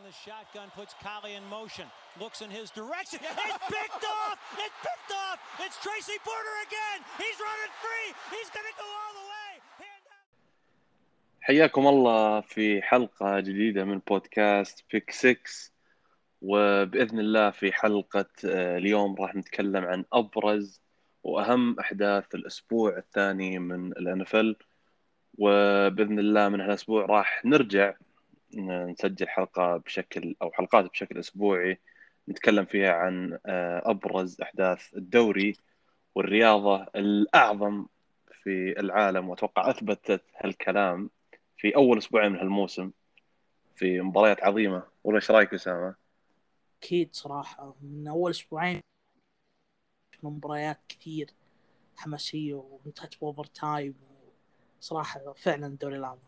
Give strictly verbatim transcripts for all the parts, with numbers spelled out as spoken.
the shotgun, puts Collie in motion, looks in his direction. It's picked off! It's picked off! It's Tracy Porter again! He's running free! He's gonna go all the way! حياكم الله في حلقة جديدة من بودكاست بيك ستة. وبإذن الله في حلقة اليوم راح نتكلم عن أبرز وأهم أحداث الأسبوع الثاني من ال إن إف إل. وبإذن الله من هالأسبوع راح نرجع نسجل حلقة بشكل أو حلقات بشكل أسبوعي نتكلم فيها عن أبرز أحداث الدوري والرياضة الأعظم في العالم. وأتوقع أثبتت هالكلام في أول أسبوعين من هالموسم في مباريات عظيمة. ولا إيش رأيك أسامة؟ أكيد صراحة من أول أسبوعين مباريات كثير حماسية وانتهت بأوفر تايم. صراحة فعلا الدوري الأعظم.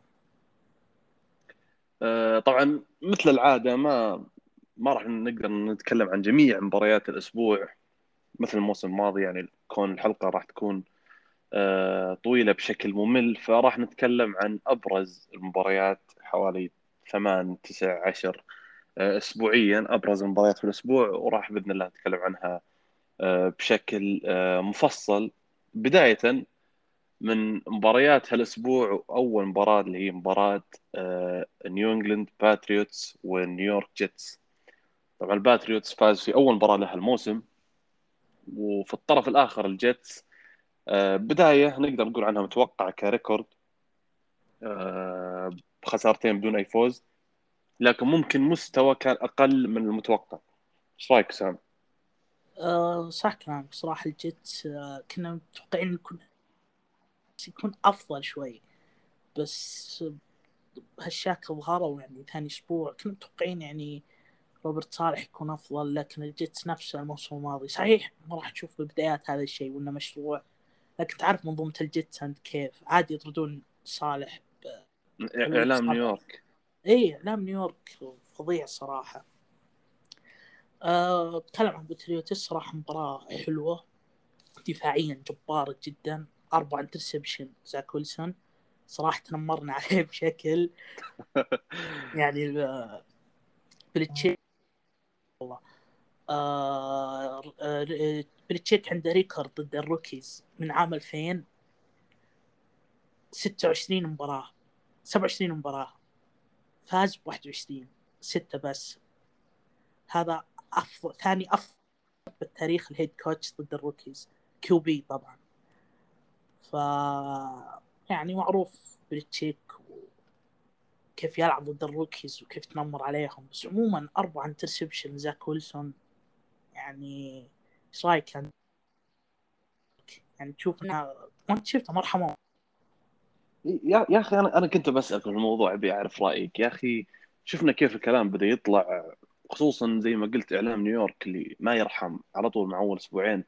آه طبعا مثل العادة ما ما راح نقدر نتكلم عن جميع مباريات الأسبوع مثل الموسم الماضي، يعني كون الحلقة راح تكون آه طويلة بشكل ممل، فراح نتكلم عن أبرز المباريات حوالي ثمان تسع عشر آه أسبوعيا، أبرز المباريات في الأسبوع، وراح بإذن الله نتكلم عنها آه بشكل آه مفصل. بداية من مباريات هالاسبوع، اول مباراه اللي هي مباراه نيو انجلاند باتريوتس ونيويورك جيتس. طبعا الباتريوتس فاز في اول مباراه له الموسم، وفي الطرف الاخر الجيتس آه، بدايه نقدر نقول عنها متوقعه كريكورد، آه، بخسارتين بدون اي فوز، لكن ممكن مستوى كان اقل من المتوقع. ايش رايك سام؟ أه صح كلامك. صراحة الجيت أه كنا متوقعين يكون يكون أفضل شوي، بس هالشاكل ظهروا يعني ثاني أسبوع. كنا متوقعين يعني روبرت صالح يكون أفضل، لكن الجيتس نفسه الموسم الماضي صحيح ما راح تشوف ببدايات هذا الشيء وإنه مشروع، لكن تعرف منظومة الجيتس أنت كيف عادي يطردون صالح اعلام نيويورك. إيه إعلام نيويورك فظيع صراحة. أه أتكلم عن باتريوتس. صراحة مباراة حلوة دفاعيا جبارة جدا. أربعة انترسبشن زاك ويلسون صراحة تنمرنا عليه بشكل يعني بلتشيك والله. آه آه بلتشيك عنده ريكورد ضد الروكيز من عام ألفين ستة وعشرين مباراة سبعة وعشرين مباراة، فاز بواحد وعشرين، ستة بس. هذا أفضل ثاني أفضل بالتاريخ الهيد كوتش ضد الروكيز، كيو بي طبعا. ف يعني معروف بلتشيك كيف يلعب ضد الروكيز وكيف تنمر عليهم. بس عموما أربعة انترسبشن زاك ويلسون، يعني ايش رايك يعني؟ يعني تشوف انها ما انت شفتها مرحمه. يا يا اخي انا انا كنت بسالك في الموضوع، ابي اعرف رايك يا اخي. شفنا كيف الكلام بدا يطلع، خصوصا زي ما قلت اعلام نيويورك اللي ما يرحم على طول مع اول اسبوعين،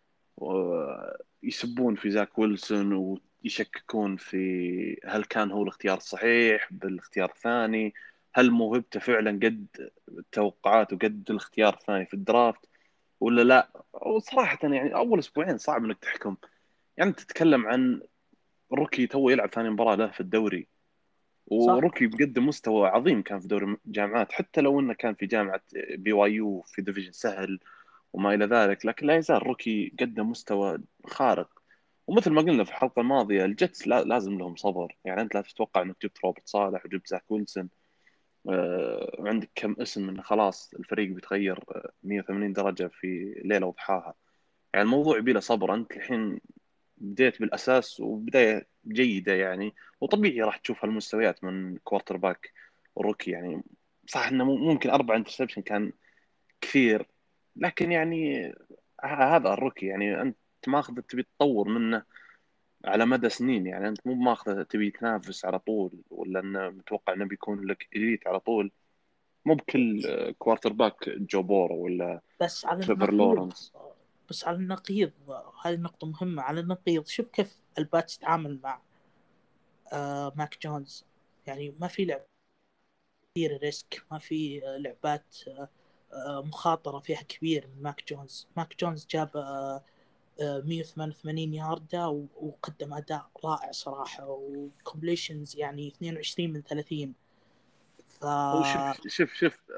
ويسبون في زاك ويلسون ويشككون في هل كان هو الاختيار الصحيح بالاختيار الثاني، هل موهبته فعلا قد التوقعات وقد الاختيار الثاني في الدرافت ولا لا. وصراحه يعني اول اسبوعين صعب انك تحكم، يعني تتكلم عن روكي تو يلعب ثاني مباراه له في الدوري، صح وروكي بيقدم مستوى عظيم كان في دوري الجامعات، حتى لو انه كان في جامعه بي واي يو في ديفيجن سهل وما الى ذلك، لكن لا يزال روكي قدم مستوى خارق. ومثل ما قلنا في الحلقه الماضيه الجتس لا لازم لهم صبر، يعني انت لا تتوقع انك جبت روبرت صالح وجبت زاك ويلسون آه، وعندك كم اسم انه خلاص الفريق بيتغير آه، مية وثمانين درجه في ليله وضحاها. يعني الموضوع يبي له صبر. انت الحين بديت بالاساس وبدايه جيده يعني، وطبيعي راح تشوف هالمستويات من كوارتر باك وروكي. يعني صح انه ممكن اربع انترسبشن كان كثير، لكن يعني ه- هذا الروكي، يعني انت ماخذ تبي تطور منه على مدى سنين. يعني انت مو ماخذ تبي تنافس على طول، ولا انه متوقع انه بيكون لك اليت على طول. مو بكل كوارتر باك جو بورو ولا بس على تريفر النقيض لورنس. بس على النقيض هذه النقطة مهمة. على النقيض شوف كيف الباتس تتعامل مع آه ماك جونز. يعني ما في لعب كثير ريسك، ما في آه لعبات آه آه مخاطرة فيها كبير من ماك جونز. ماك جونز جاب آه مية وثمانية وثمانين ياردة وقدم أداء رائع صراحة، وكومبليشنز يعني اثنين وعشرين من ثلاثين. ف هو شوف شوف شوف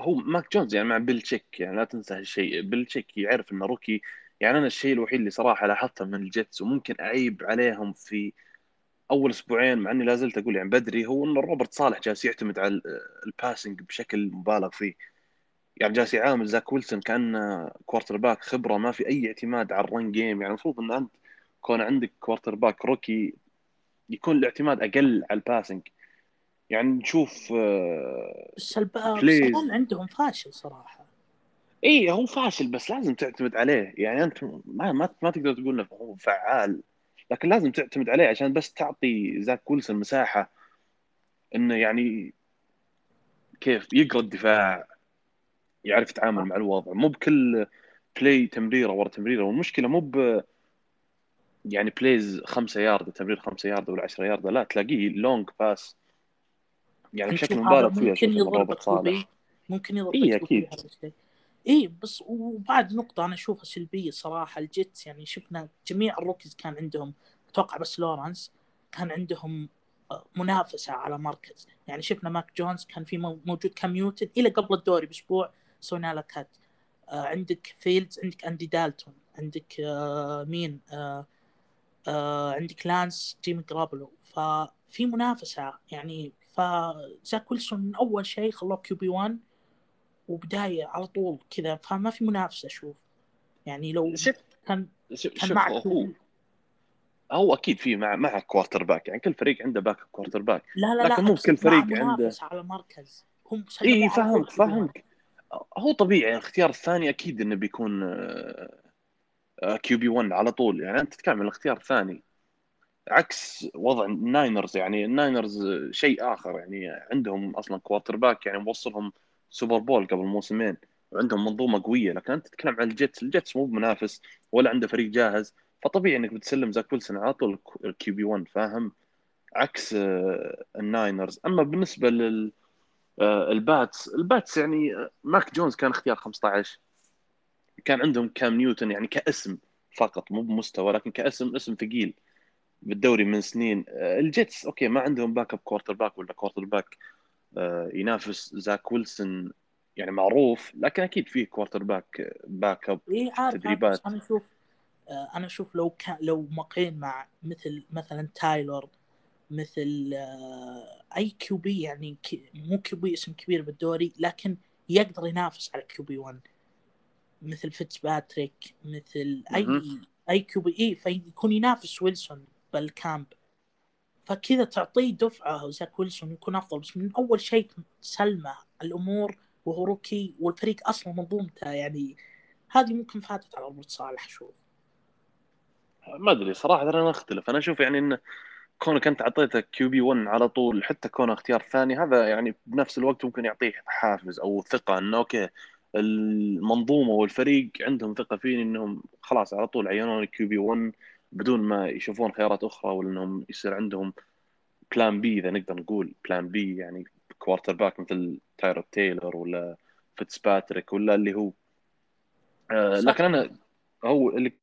هو ماك جونز يعني مع بيلتشيك، يعني لا تنسى هالشيء، بيلتشيك يعرف انه روكي. يعني انا الشيء الوحيد اللي صراحه لاحظته من الجيتس وممكن اعيب عليهم في اول اسبوعين، مع اني لا زلت اقول يعني بدري، هو ان روبرت صالح جالس يعتمد على ال- الباسنج بشكل مبالغ فيه. يعني جالس يعامل زاك ويلسون كانه كوارتر باك خبره، ما في اي اعتماد على الرن جيم. يعني المفروض ان انت كون عندك كوارتر باك روكي يكون الاعتماد اقل على الباسنج. يعني نشوف بس الب... بس بليز. الرن عندهم فاشل صراحه. اي هو فاشل، بس لازم تعتمد عليه. يعني انت ما ما, ما تقدر تقول انه هو فعال، لكن لازم تعتمد عليه عشان بس تعطي زاك ويلسون مساحه انه يعني كيف يقرا الدفاع، يعرف يتعامل مع الوضع. مو بكل بلاي تمريره ورا تمريره، والمشكله مو ب يعني بلايز خمسة يارده، تمرير خمسة يارده ولا عشرة يارده، لا تلاقيه لونج باس يعني انت بشكل تشوف هذا مبالغ فيه ممكن اشوف ان يضر روبرت بكيوبي، صالح. ممكن يضر اي بكيوبي اكيد. هذا الشيء. اي بس وبعد نقطة أنا أشوفها سلبية صراحة، الجيتس يعني شفنا جميع الروكيز كان عندهم، أتوقع بس لورانس كان عندهم آه، منافسة على مركز. يعني شفنا ماك جونز كان في مو- موجود كميوتد إلى قبل الدوري بأسبوع، سوينا له كات. آه، عندك فيلدز، عندك أندي دالتون، عندك آه، مين آه، آه، عندك لانس جيمي جرابلو، ففي منافسة يعني. فزاك ويلسون من أول شيء خلوه كيو بي واحد وبداية على طول كذا، فما في منافسة أشوف. يعني لو شوف كان شوف كان شوف مع هو كيوبي. هو اكيد في مع مع كوارتر باك، يعني كل فريق عنده باك كوارتر باك، لا لا لا لكن مو بكل أقصد مع فريق عنده. منافسة على مركز، هم اي سلموه على طول فهمك كيوبي واحد. فهمك. هو طبيعي يعني الاختيار الثاني اكيد انه بيكون كيو بي واحد على طول. يعني انت تتكلم عن الاختيار الثاني عكس وضع الناينرز. يعني الناينرز شيء اخر، يعني عندهم اصلا كوارتر باك يعني موصلهم سوبر بول قبل موسمين، وعندهم منظومه قويه. لكن انت تتكلم عن الجيتس، الجيتس مو بمنافس ولا عنده فريق جاهز، فطبيعي انك بتسلم زاك ويلسون على طول الكيو بي واحد، فاهم؟ عكس آه، الناينرز. اما بالنسبه للباتس، الباتس يعني آه، ماك جونز كان اختيار خمسة عشر، كان عندهم كام نيوتن يعني كاسم فقط، مو بمستوى، لكن كاسم اسم ثقيل بالدوري من سنين. آه، الجيتس اوكي ما عندهم باك اب كوارتر باك ولا كوارتر باك آه، ينافس زاك ويلسون يعني معروف، لكن اكيد فيه كوارتر باك باك اب إيه في عارف عارف بس التدريبات. أنا أشوف آه، أنا أشوف لو كان لو مقين مع مثل مثلا تايلور، مثل آه، أي كيوبي يعني كي مو كيوبي اسم كبير بالدوري لكن يقدر ينافس على كيوبي واحد، مثل فيتس باتريك، مثل مهم. أي أي كيوبي إيه، فيكون ينافس ويلسون بالكامب. فكذا تعطيه دفعة زاك ويلسون يكون أفضل. بس من أول شيء سلمة الأمور وهو روكي، والفريق أصلا منظومته يعني هذه ممكن فاتت على روبرت صالح شوف. ما ادري صراحه، انا اختلف. انا اشوف يعني انه كونك انت اعطيته كيو بي واحد على طول، حتى كونه اختيار ثاني، هذا يعني بنفس الوقت ممكن يعطيه حافز او ثقه انه اوكي المنظومه والفريق عندهم ثقه فيني، انهم خلاص على طول عينون كيو بي واحد بدون ما يشوفون خيارات اخرى، ولا انهم يصير عندهم بلان بي، اذا نقدر نقول بلان بي، يعني كوارتر باك مثل تايرو تايلر ولا فيتس باتريك ولا اللي هو آه صح. لكن انا هو اللي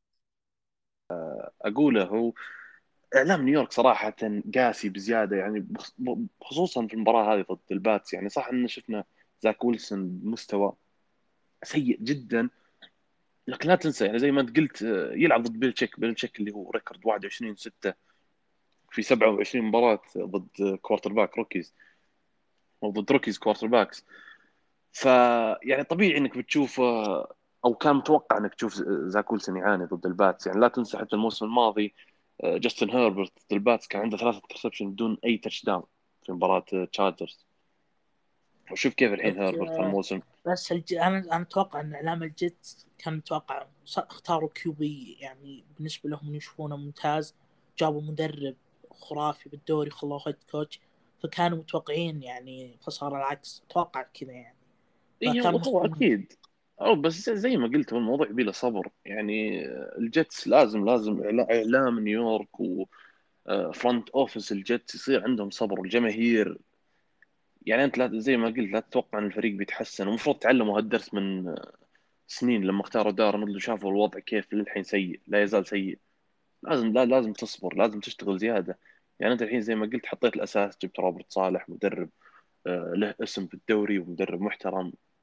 اقوله هو اعلام نيويورك صراحه قاسي بزياده، يعني بخ- خصوصا في المباراه هذه ضد الباتس. يعني صح ان شفنا زاك ويلسون بمستوى سيء جدا، لكن لا تنسى يعني زي ما انت قلت آه، يلعب ضد بيلتشيك بيلتشيك اللي هو ريكورد واحد وعشرين ستة في سبعة وعشرين مباراه ضد كوارتر باك روكيز، او ضد روكيز كوارتر باكس. ف يعني طبيعي انك بتشوف آه، او كان متوقع انك تشوف زاك ويلسون يعاني ضد الباتس. يعني لا تنسى حتى الموسم الماضي آه، جاستن هيربرت ضد الباتس كان عنده ثلاثة انترسبشن بدون اي تاتش داون في مباراة تشارجرز. وشوف كيف الحين بس هيربرت هالموسم. بس الج... انا انا اتوقع ان اعلام الجيت كان متوقع ص- اختاروا كيوبي يعني بالنسبه لهم يشوفونه ممتاز، جابوا مدرب خرافي بالدوري خلوه هيد كوتش، فكانوا متوقعين يعني، فصار العكس اتوقع كذا يعني، اي فكان هو هو مصدوم. اكيد. او بس زي ما قلت هو الموضوع يبي له صبر. يعني آه، الجيتس لازم لازم إعلا- اعلام نيويورك وفرونت اوفيس الجيتس يصير عندهم صبر، والجماهير. يعني انت لا زي ما قلت لا تتوقع ان الفريق بيتحسن، المفروض تعلموا هالدرس من سنين لما اختاروا دارنولد وشافوا الوضع كيف للحين سيء، لا يزال سيء. لازم لا لازم تصبر، لازم تشتغل زياده. يعني انت الحين زي ما قلت حطيت الاساس، جبت روبرت صالح مدرب آه، له اسم في الدوري ومدرب محترم،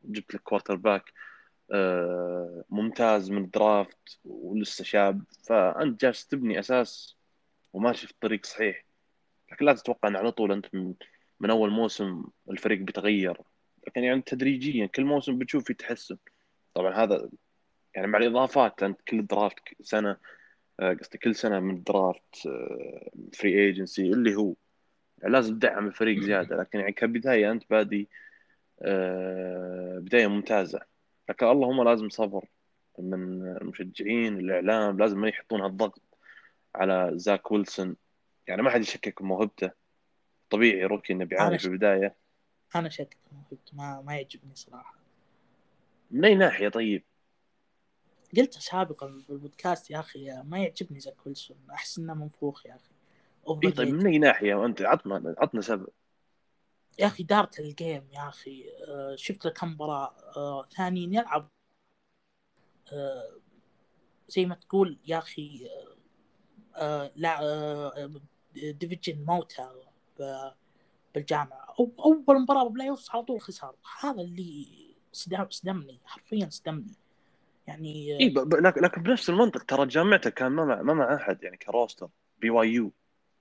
جبت لك كوارتر باك آه، ممتاز من الدرافت ولسه شاب، فأنت جالس تبني أساس وماشي في الطريق صحيح. لكن لا تتوقع أن على طول أنت من, من أول موسم الفريق بيتغير، لكن يعني تدريجيا كل موسم بتشوف في تحسن. طبعا هذا يعني مع الإضافات، أنت كل درافت سنة آه، قصدي كل سنة من الدرافت فري ايجنسي اللي هو يعني لازم تدعم الفريق زيادة. لكن يعني كبداية أنت بادي آه، بداية ممتازة. لكن اللهم لازم صبر من المشجعين، الإعلام لازم ما يحطون هالضغط على زاك ويلسون. يعني ما حد يشكك بموهبته، طبيعي روكي إنه انا بيعاني في ش... البداية. انا شاكك موهبته، ما ما يعجبني صراحه. من أي ناحية طيب؟ قلت سابقا بالبودكاست يا اخي ما يعجبني زاك ويلسون، احس انه منفوخ يا اخي، اوفر إي طيب من ريتد. أي ناحية؟ وأنت عطنا عطنا سبب. يا اخي دارة الجيم يا اخي، آه، شفت له كم مباراه. آه، ثانيا يلعب آه، زي ما تقول يا اخي، آه، لا آه، ديفيجن موتى ب- بالجامعه، أو اول مباراه بلاي اوف على طول خسر. هذا اللي صدم صدمني حرفيا صدمني يعني. إي آه، ب... ب... لكن لكن بنفس المنطق ترى جامعته كان ما مع ما مع أحد يعني كروستر. بي واي يو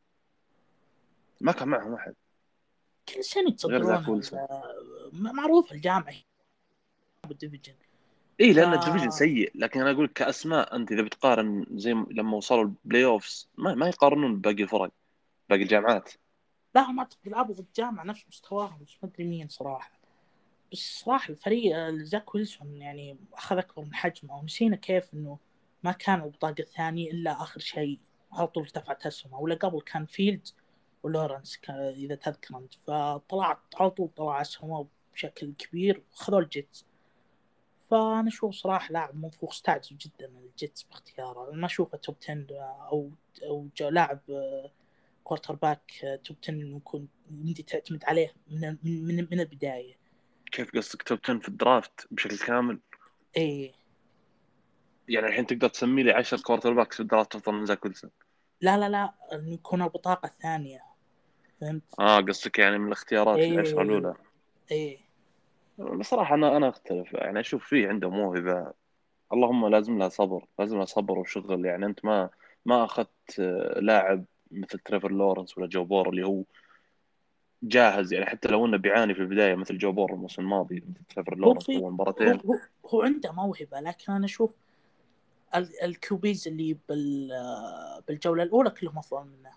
ما كان معهم أحد كل سنه غير يتصدرون زاك ويلسون. ال- معروف الجامعه بالديفيجن. اي ف لان الديفيجن سيء، لكن انا اقول لك كاسماء انت اذا بتقارن زي م- لما وصلوا البلاي اوفز ما, ما يقارنون بباقي الفرق باقي الجامعات. لا ما اعتقد يلعبوا ضد جامعه نفس مستواهم، بس ما ادري مين صراحه. بس صراحه الفريق آه، زاك ويلسون يعني اخذ اكبر من حجمه، ونسينا كيف انه ما كان البطاقه الثانيه الا اخر شيء، على طول ارتفعت اسهمه. ولا قبل كان فيلد ولورنس اذا تذكر انت، فطلعت على طول طلع اسهمه بشكل كبير وخذوا الجيتس. فانا اشوف صراحه لاعب منفوخ، استعجل جدا الجيتس باختياره. ما اشوفه توب عشرة او او لاعب كوارتر باك توب عشرة انه يكون يمدي تعتمد عليه من من من البدايه. كيف قصدك توب عشرة في الدرافت بشكل كامل؟ ايه يعني الحين تقدر تسمي لي عشرة كوارتر باكس في الدرافت افضل من زاك ويلسون؟ لا لا لا، انه يكون البطاقه الثانيه، فهمت؟ اه قصدك يعني من الاختيارات العشرة ايه الاولى. ايه بصراحه انا انا اختلف، يعني اشوف فيه عنده موهبه، اللهم لازم لها صبر، لازم لها صبر وشغل. يعني انت ما ما اخذت آه، لاعب مثل تريفر لورنس ولا جو بور اللي هو جاهز. يعني حتى لو انه بيعاني في البدايه مثل جو بور الموسم الماضي، مثل تريفر هو لورنس في اول هو مباراتين. هو, هو عنده موهبه، لكن انا اشوف ال- الكوبيز اللي بال بالجوله الاولى كلهم افضل منه.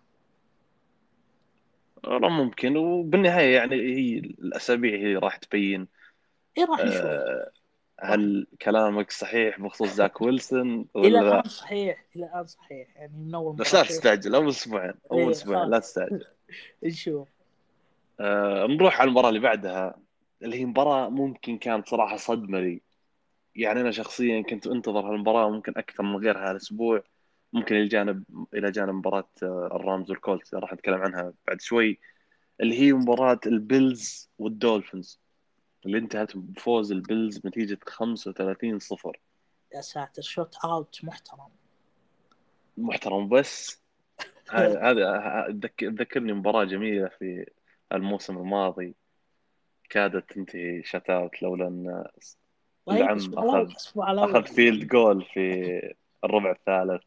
والله ممكن، وبالنهايه يعني هي الاسابيع هي راح تبين ايه راح نشوف. آه، راح هل كلامك صحيح بخصوص زاك ويلسون الى ولا الان لا. صحيح، الى الان صحيح يعني من اول بس لا مباراتين. تستعجل، اول اسبوعين اول ايه اسبوعين لا خلاص تستعجل. نشوف. آه، نروح على المباراه اللي بعدها، اللي هي مباراه ممكن كانت صراحه صدمه لي. يعني انا شخصيا كنت انتظر هالمباراه ممكن اكثر من غيرها هالاسبوع. ممكن الى جانب الى جانب مباراه آه، الرامز والكولتس اللي راح نتكلم عنها بعد شوي، اللي هي مباراه البيلز والدولفينز اللي انتهت بفوز البيلز بنتيجه خمسة وثلاثين صفر. يا ساتر، شوت اوت محترم. محترم. بس هذا هذا تذك- تذكرني مباراه جميله في الموسم الماضي، كادت تنتهي شت اوت لولا ان طيب العم اسبوع الاول اخذ اسبوع اخذ الاول فيلد جول في الربع الثالث.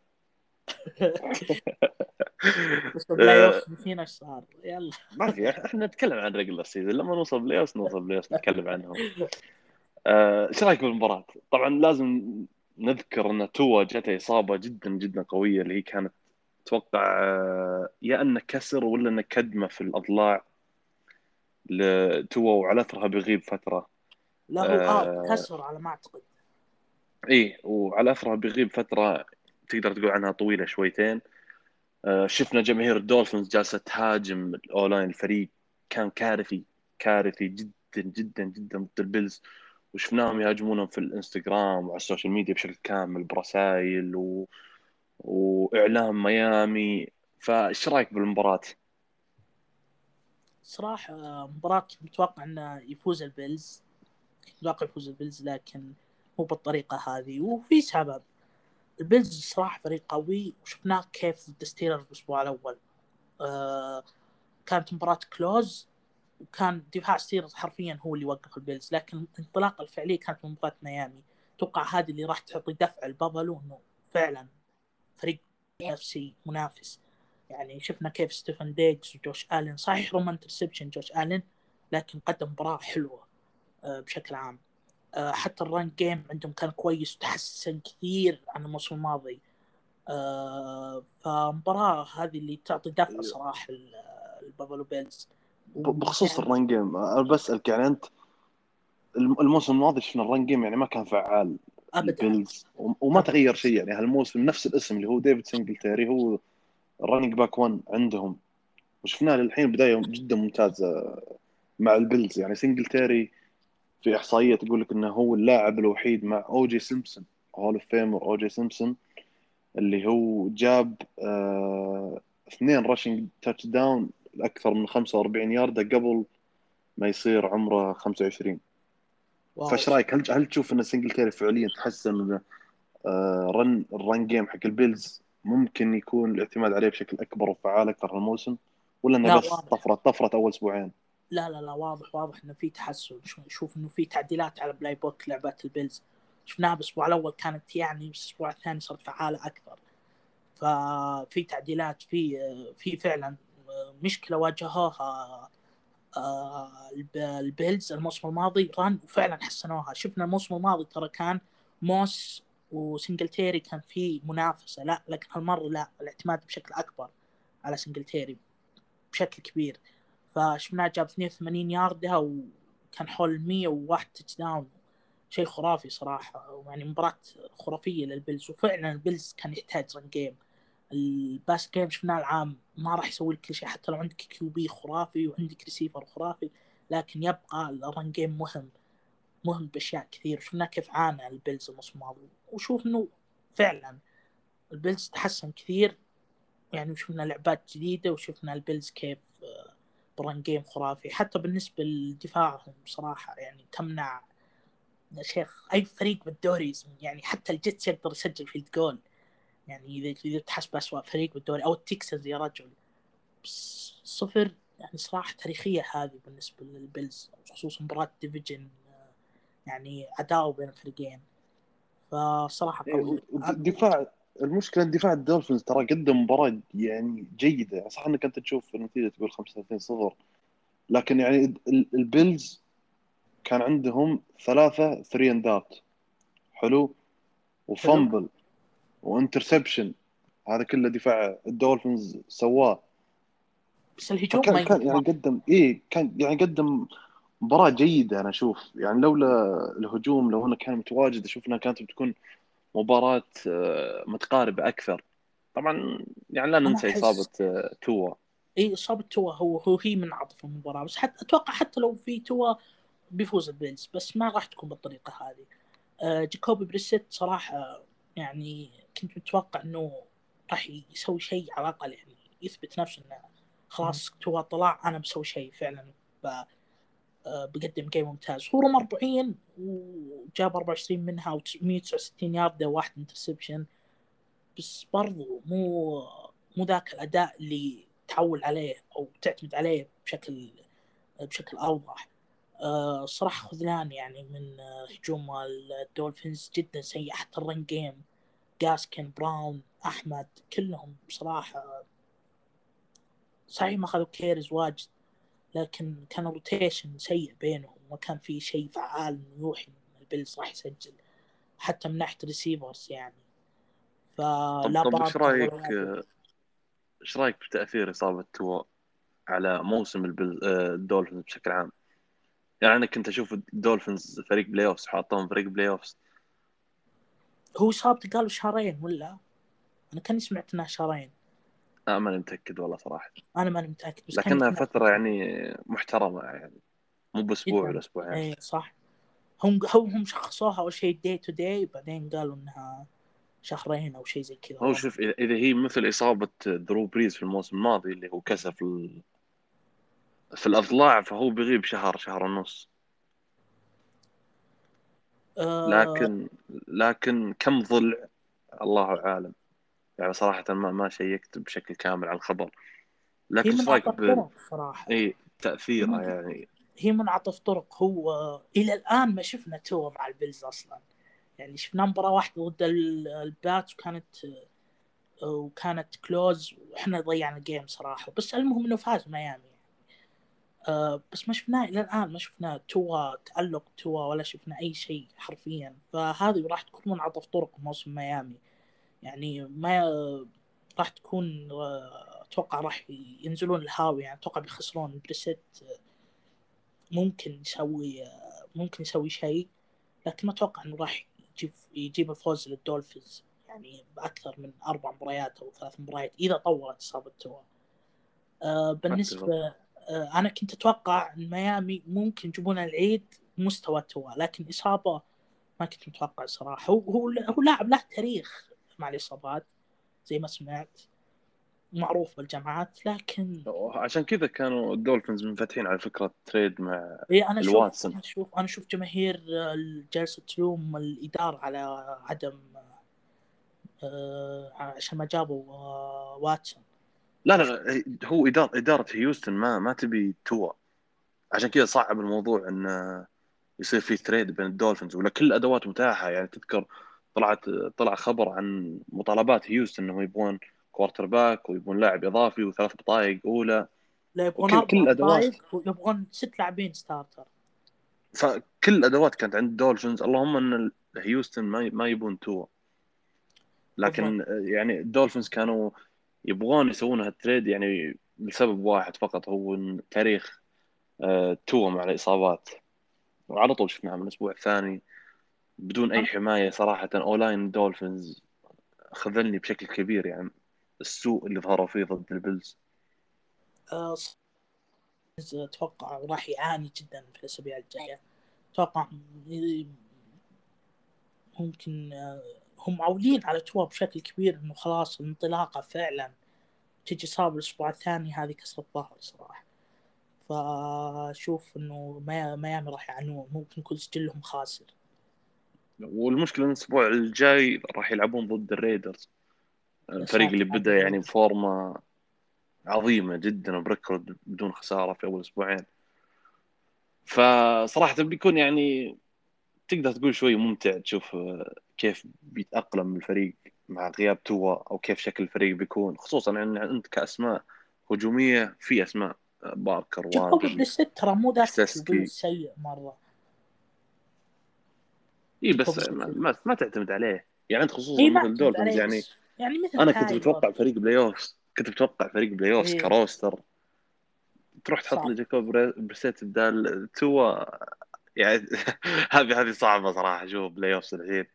بس بلاي آه، اوف نسينا ايش صار، يلا. ما في، احنا نتكلم عن ريجلر سيزون، لما نوصل بلاي اوف نوصل بلاي اوف نتكلم عنهم. آه، ايش رايك بالمباراه؟ طبعا لازم نذكر ان توا جته اصابه جدا جدا قويه، اللي هي كانت اتوقع آه، يا انه كسر ولا انه كدمه في الاضلاع لتوا، وعلى اثرها بيغيب فتره. لا هو اه آه، كسر على ما اعتقد. ايه وعلى اثرها بيغيب فتره تقدر تقول عنها طويله شويتين. آه، شفنا جماهير الدولفينز جالسه تهاجم الاولاين الفريق، كان كارثي كارثي جدا جدا جدا ضد البيلز. وشفناهم يهاجمونهم في الانستغرام وعلى السوشيال ميديا بشكل كامل برسائل و... واعلام ميامي. فايش رايك بالمباراه؟ صراحة آه، مباراة كنت متوقع انه يفوز البيلز، كنت متوقع يفوز البيلز، لكن مو بالطريقة هذه، وفي سبب. البيلز صراحة فريق قوي، وشفناه كيف ضد ستيلرز الاسبوع الاول. آه كانت مباراة كلوز، وكان دفاع ستيرز حرفيا هو اللي وقف البيلز. لكن الانطلاقة الفعلية كانت من مباراة ميامي. توقع هذه اللي راح تعطي دفع البافالو انه فعلا فريق نفسي منافس. يعني شفنا كيف ستيفن ديكس وجوش آلين، صحيح روما انترسبشن جوش آلين، لكن قدم مباراة حلوة بشكل عام. حتى الران جيم عندهم كان كويس وتحسن كثير عن الموسم الماضي. فمباراة هذه اللي تعطي دفع صراحة البافالو بيلز. بخصوص الران جيم انا بسألك، يعني انت الموسم الماضي شفنا الران جيم يعني ما كان فعال ابدا البيلز وما أبداً. تغير شيء. يعني هالموسم نفس الاسم اللي هو ديفيد سينجلتيري هو الرننج باك واحد عندهم، وشفناه للحين بداية جدا ممتازة مع البيلز. يعني سينجلتيري في إحصائية تقول لك إنه هو اللاعب الوحيد مع أو جي سيمبسون، هول اوف فيمر أو جي سيمبسون، اللي هو جاب آه اثنين راشنج تاتش داون أكثر من خمسة وأربعين ياردة قبل ما يصير عمره خمسة وعشرين. فايش رايك؟ هل هل تشوف ان سنجلتيري فعليا تحسن من آه رن الرن جيم حق البيلز ممكن يكون الاعتماد عليه بشكل اكبر وفعال اكثر هالموسم، ولا انه لا بس واضح. طفره طفره اول اسبوعين؟ لا لا لا واضح واضح انه في تحسن. نشوف انه في تعديلات على بلاي بوك لعبات البيلز. شفناها بالاسبوع الاول كانت يعني، بس الاسبوع الثاني صارت فعاله اكثر. ففي تعديلات، في في فعلا مشكله واجهوها البيلز الموسم الماضي ران وفعلا حسنوها. شفنا الموسم الماضي ترى كان موس وسنجلتيري كان في منافسه، لا لكن هالمره لا، الاعتماد بشكل اكبر على سنجلتيري بشكل كبير. فشفناه جاب اثنين وثمانين ياردة وكان حول مية وواحد تاتش داون، شيء خرافي صراحة. يعني مباراة خرافية للبيلز، وفعلا البيلز كان يحتاج رن جيم. الباس جيم شفناه العام ما راح يسوي كل شيء، حتى لو عندك كيو بي خرافي وعندك ريسيفر خرافي، لكن يبقى الرن جيم مهم مهم بأشياء كثير. شفنا كيف عانى البيلز الموسم الماضي، وشوف انه فعلا البيلز تحسن كثير. يعني وشفنا لعبات جديدة، وشفنا البيلز كيف بران جيم خرافي. حتى بالنسبة لدفاعهم صراحة يعني تمنع يا شيخ أي فريق بالدوري. يعني حتى الجيتس يقدر يسجل فيلد جول، يعني إذا إذا تحسب أسوأ فريق بالدوري، أو التكساس يا رجل. بس صفر يعني صراحة تاريخية هذه بالنسبة للبيلز، خصوصا مباراة ديفيجن، يعني عداوة بين الفريقين. فصراحة قوية. دفاع المشكله دفاع الدولفينز ترى قدم مباراه يعني جيده، صح انك انت تشوف النتيجه تقول خمسة وثلاثين صفر، لكن يعني البيلز كان عندهم ثلاثه ثري اند اوت حلو، حلو. وفامبل وانترسبشن، هذا كله دفاع الدولفينز سواه. بس الهجوم فكان كان ميت يعني قدم ايه كان يعني قدم مباراة جيدة. انا اشوف يعني لولا الهجوم، لو انه كان متواجد اشوف انها كانت بتكون مباراة آه، متقاربة اكثر. طبعا يعني لا أنا ننسى اصابة أحس آه، توا. اي اصابه توا هو هو هي من عاطف المباراه. بس حتى اتوقع حتى لو في توا بيفوز البيلز، بس ما راح تكون بالطريقه هذه. آه جاكوبي بريست صراحه يعني كنت متوقع انه راح يسوي شيء على الاقل، يعني يثبت نفسه انه خلاص توا طلع انا بسوي شيء فعلا. ب- آه، بقدم جيم ممتاز. هو رمى أربعين وجاب أربعة وعشرين منها ومية وتسعة وستين يارده وواحد انترسبشن، بس برضو مو مو ذاك الاداء اللي تعول عليه او تعتمد عليه بشكل بشكل اوضح. أه صراحه خذلان يعني من آه، هجوم الدولفينز جدا سيء. حتى الرن جيم جاسكن براون احمد كلهم بصراحه صحيح ما اخذوا كيرز واجد، لكن كان روتيشن سيء بينهم، ما كان في شيء فعال يوحي ان البيلز راح يسجل حتى من ناحيه ريسيفرز يعني. طب فلا طب ايش باركر رايك ولا هذا. ايش رايك بتأثير اصابة توا على موسم البل- آه، الدولفينز بشكل عام؟ يعني انا كنت اشوف الدولفينز فريق بلاي اوفس، حاطهم فريق بلاي اوفس. هو إصابته قالوا شهرين ولا؟ أنا كاني سمعت إنها شهرين. لا ماني متأكد والله صراحة، أنا ماني متأكد بس كاني لكنها سمعت فترة شهرين. يعني محترمة، يعني مو باسبوع ولا جدا. اسبوعين. إيه صح. هم هم هم شخصوها أول شيء داي تو داي، بعدين قالوا إنها شهرين أو شيء زي كذا. هو والله شوف، إذا إذا هي مثل إصابة درو بريز في الموسم الماضي اللي هو كسر في ال... في الأضلاع، فهو بيغيب شهر شهر ونص. أه. لكن لكن كم ضلع الله أعلم. يعني صراحة ما ما شيكت بشكل كامل على الخبر. هي لكن من ايش رايك أعطى ب الطرق صراحة. اي تاثيرها يعني. هي منعطف طرق. هو الى الان ما شفنا توا مع البيلز اصلا، يعني شفنا مباراه واحده ضد البات وكانت وكانت كلوز واحنا ضيعنا جيم صراحه، بس المهم انه فاز ميامي. أه بس ما شفناه الى الان، ما شفنا توا تألق توا ولا شفنا اي شيء حرفيا. فهذه راح تكون منعطف طرق موسم ميامي، يعني ما راح تكون اتوقع راح ينزلون الهاوي، يعني اتوقع بيخسرون بريست. ممكن يسوي ممكن يسوي شيء، لكن ما اتوقع انه راح يجيب يجيب الفوز للدولفينز يعني باكثر من اربع مباريات او ثلاث مباريات اذا طولت اصابه توا. آه بالنسبه آه انا كنت اتوقع ان ميامي ممكن يجيبون العيد مستوى توا، لكن اصابه ما كنت متوقع صراحه. هو هو, هو لاعب له تاريخ مع الاصابات زي ما سمعت، معروف بالجامعات، لكن عشان كذا كانوا الدولفينز منفتحين على فكره تريد مع إيه انا شوف الواتسون. انا شوف انا شوف جماهير جالسه تلوم الاداره على عدم آه عشان ما جابوا آه واتسون. لا لا لا، هو اداره اداره هيوستن ما ما تبي توا، عشان كذا صعب الموضوع انه يصير في تريد بين الدولفينز ولا كل الادوات متاحه. يعني تذكر طلعت طلع خبر عن مطالبات هيوستن انهم يبغون كوارتر باك ويبغون لاعب اضافي وثلاث بطايق اولى، لا يبغون وكل كل اربع الادوات. بطايق ويبغون ست لاعبين ستارتر. فكل الادوات كانت عند الدولفينز، اللهم ان هيوستن ما ما يبون توا. بالضبط. لكن يعني الدولفينز كانوا يبغون يسوون هالتريد يعني لسبب واحد فقط، هو إن تاريخ آه، توا مع الاصابات. وعلى طول شفناها من الاسبوع الثاني بدون اي حمايه. صراحه اولاين دولفينز خذلني بشكل كبير، يعني السوء اللي ظهروا فيه ضد البيلز. آه اتوقع راح يعاني جدا في الاسابيع الجايه. اتوقع ممكن آه هم معولين على توا بشكل كبير انه خلاص الانطلاقه فعلا تجي صاب الاسبوع الثاني، هذه كسرة ظهر صراحه. فشوف انه ميامي راح يعانون، ممكن يكون سجلهم خاسر. والمشكله ان الاسبوع الجاي راح يلعبون ضد الريدرز، يا الفريق اللي ساتر على بدا يعني الريدز. بفورمه عظيمه جدا بريكورد بدون خساره في اول اسبوعين. فصراحه بيكون يعني تقدر تقول شوي ممتع تشوف كيف بيتأقلم الفريق مع غياب توا، او كيف شكل الفريق بيكون، خصوصا ان انت كاسماء هجوميه في اسماء باركر جاكوبي وادل بريست ترى مو ذاك الكيوبي ستاسكي. السيء مره. اي بس جاكوبي ما, بريست ما, ما تعتمد عليه يعني انت، خصوصا اي ما مثل اعتمد دولفينز. عليه، يعني بس يعني مثل انا كنت تايلر. متوقع فريق بلاي اوف، كنت متوقع فريق بلاي اوف ايه كروستر تروح تحط لي صعب. جاكوب بريسيت بدال توا يعني. هذه هذه صعبه صراحه. شوف بلاي اوف الحين.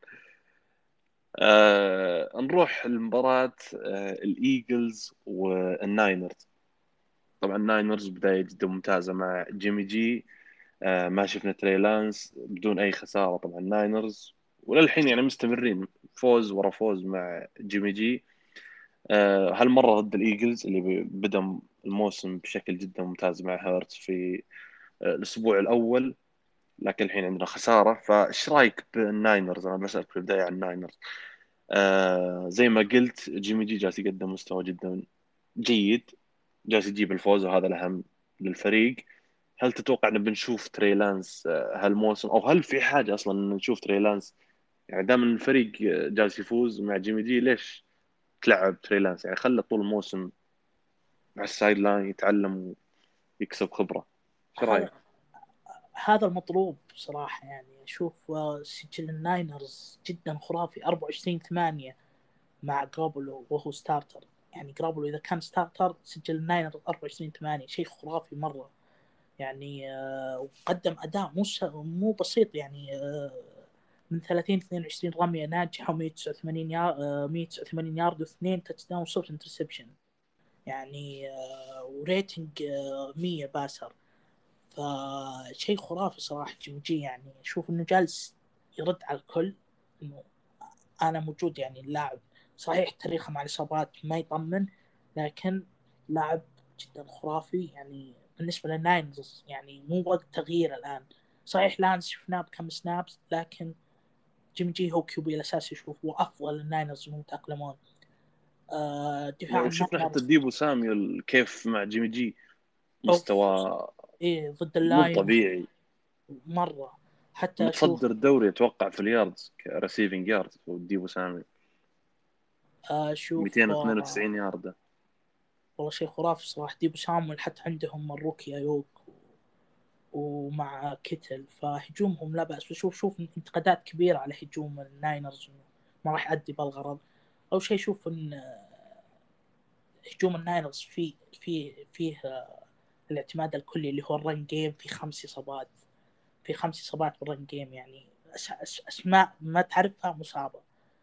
آه نروح المباراة آه الإيجلز والناينرز. طبعا الناينرز بداية جدا ممتازة مع جيمي جي. آه ما شفنا تري لانس بدون أي خسارة. طبعا الناينرز وللحين يعني مستمرين فوز ورا فوز مع جيمي جي. آه هالمرة ضد الإيجلز اللي بدأ الموسم بشكل جدا ممتاز مع هيرتز في آه الأسبوع الأول، لكن الحين عندنا خسارة. فايش رايك بالناينرز؟ أنا بسألك في البداية عن الناينرز. آه زي ما قلت جيمي جي جالس يقدم مستوى جدا جيد، جالس يجيب الفوز وهذا الأهم للفريق. هل تتوقع أن بنشوف تري لانس آه، هالموسم، أو هل في حاجة أصلا أن نشوف تري لانس؟ يعني دام الفريق آه، جالس يفوز مع جيمي جي، ليش تلعب تري لانس؟ يعني خله طول الموسم على السايد لاين يتعلم ويكسب خبرة. ايش هذا رايك؟ هذا المطلوب صراحه. يعني اشوف آه، سجل الناينرز جدا خرافي، أربعة وعشرين ثمانية مع جرابلو وهو ستارتر. يعني جرابلو اذا كان ستارتر سجل الناينرز أربعة وعشرين ثمانية، شيء خرافي مره. يعني آه، وقدم اداء مو مو بسيط. يعني آه، من ثلاثين اثنين وعشرين رميه ناجحه ومية وتسعة وثمانين يارد مية وتسعة وثمانين يارد واثنين تاتش داون وصفر انترسبشن. يعني آه، وريتنج آه، مية باسر. فشيء خرافي صراحه جيم جي. يعني اشوف انه جالس يرد على الكل انه انا موجود. يعني اللاعب صحيح تاريخه مع الاصابات ما يطمن، لكن لاعب جدا خرافي. يعني بالنسبه للناينز يعني مو وقت تغيير الان. صحيح لانس شفناه بكم سنابس، لكن جيم جي هو كيوبي الاساسي. يشوف هو افضل الناينرز انهم يتاقلمون. آه دفاع وشفنا حتى الناينرز ديبو ساميول كيف مع جيمي جي مستوى ايه ضد مو اللاينز طبيعي. مره. حتى اشوف متصدر الدوري اتوقع في الياردز ريسيفنج ياردز وديبو سامي اشوف آه، مئتين واثنين وتسعين ياردة. والله شيء خرافي صراحه. ديبو سامويل حتى عندهم الروكي ايوك ومع كيتل، فهجومهم لا بأس. بشوف شوف انتقادات كبيرة على هجوم الناينرز ما راح يؤدي بالغرض. أول شيء شوف إن هجوم الناينرز فيه فيه فيه الاعتماد الكلي اللي هو الرن جيم، في خمس إصابات في خمس إصابات بالرن جيم، يعني أس أس أسماء ما تعرفها مصابة.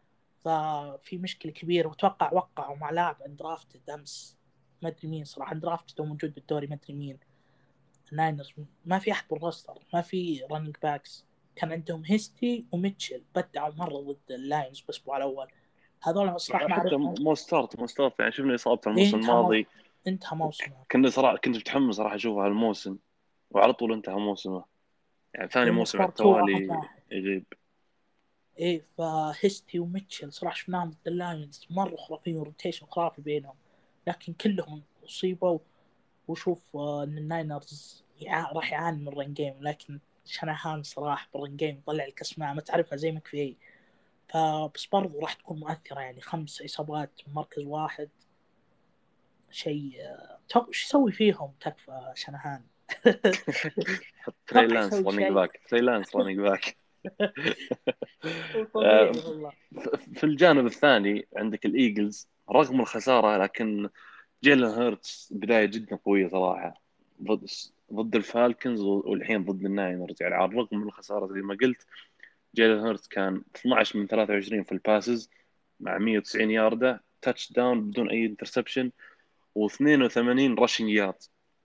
ففي مشكلة كبيرة. وتوقع وقعوا مع لاعب اندرافت أمس، ما أدري مين صراحة اندرافت، لو موجود بالدوري ما أدري مين. الناينرز ما في احد بالروستر، ما في رننج باكس. كان عندهم هيستي وميتشل، بدعوا مره ضد اللاينز بالاسبوع الاول. هذول صراحه ما حتى اعرفهم. مو ستارت مو ستارت يعني شفنا اصابته إيه الموسم انتهى مو... الماضي. انتهى موسمه. كنا صراحه كنت متحمس صراحه اشوفه هالموسم، وعلى طول انتهى موسمه، يعني ثاني لانه موسم على صار تو رقم التوالي واحد. يغيب. ايه فهيستي وميتشل صراحه شفناهم ضد اللاينز مره خرافيين، روتيشن خرافي بينهم، لكن كلهم اصيبوا. وشوف آه، ان الناينرز يع... راح يعاني من الرن جيم، لكن شناهان صراحه بالرن جيم طلع لك اسماء ما تعرفها زي مكفي. فبس برضو راح تكون مؤثرة، يعني خمس إصابات من مركز واحد شيء. توقع ايش يسوي فيهم تكفى شنهان. حط توقع تريلانس يسوي رننج شيء باك تريلانس رننج باك. مو طبيعي والله. في الجانب الثاني عندك الايجلز رغم الخساره، لكن جيلن هيرتس بدايه جدا قويه صراحه ضد ضد الفالكنز والحين ضد الناينرز. يعني على الرغم من الخساره زي ما قلت، جيلن هيرتس كان اثناشر من ثلاثة وعشرين في الباسز مع مئة وتسعين ياردة، تاتش داون بدون اي انترسبشن، و82 راشنج يارد.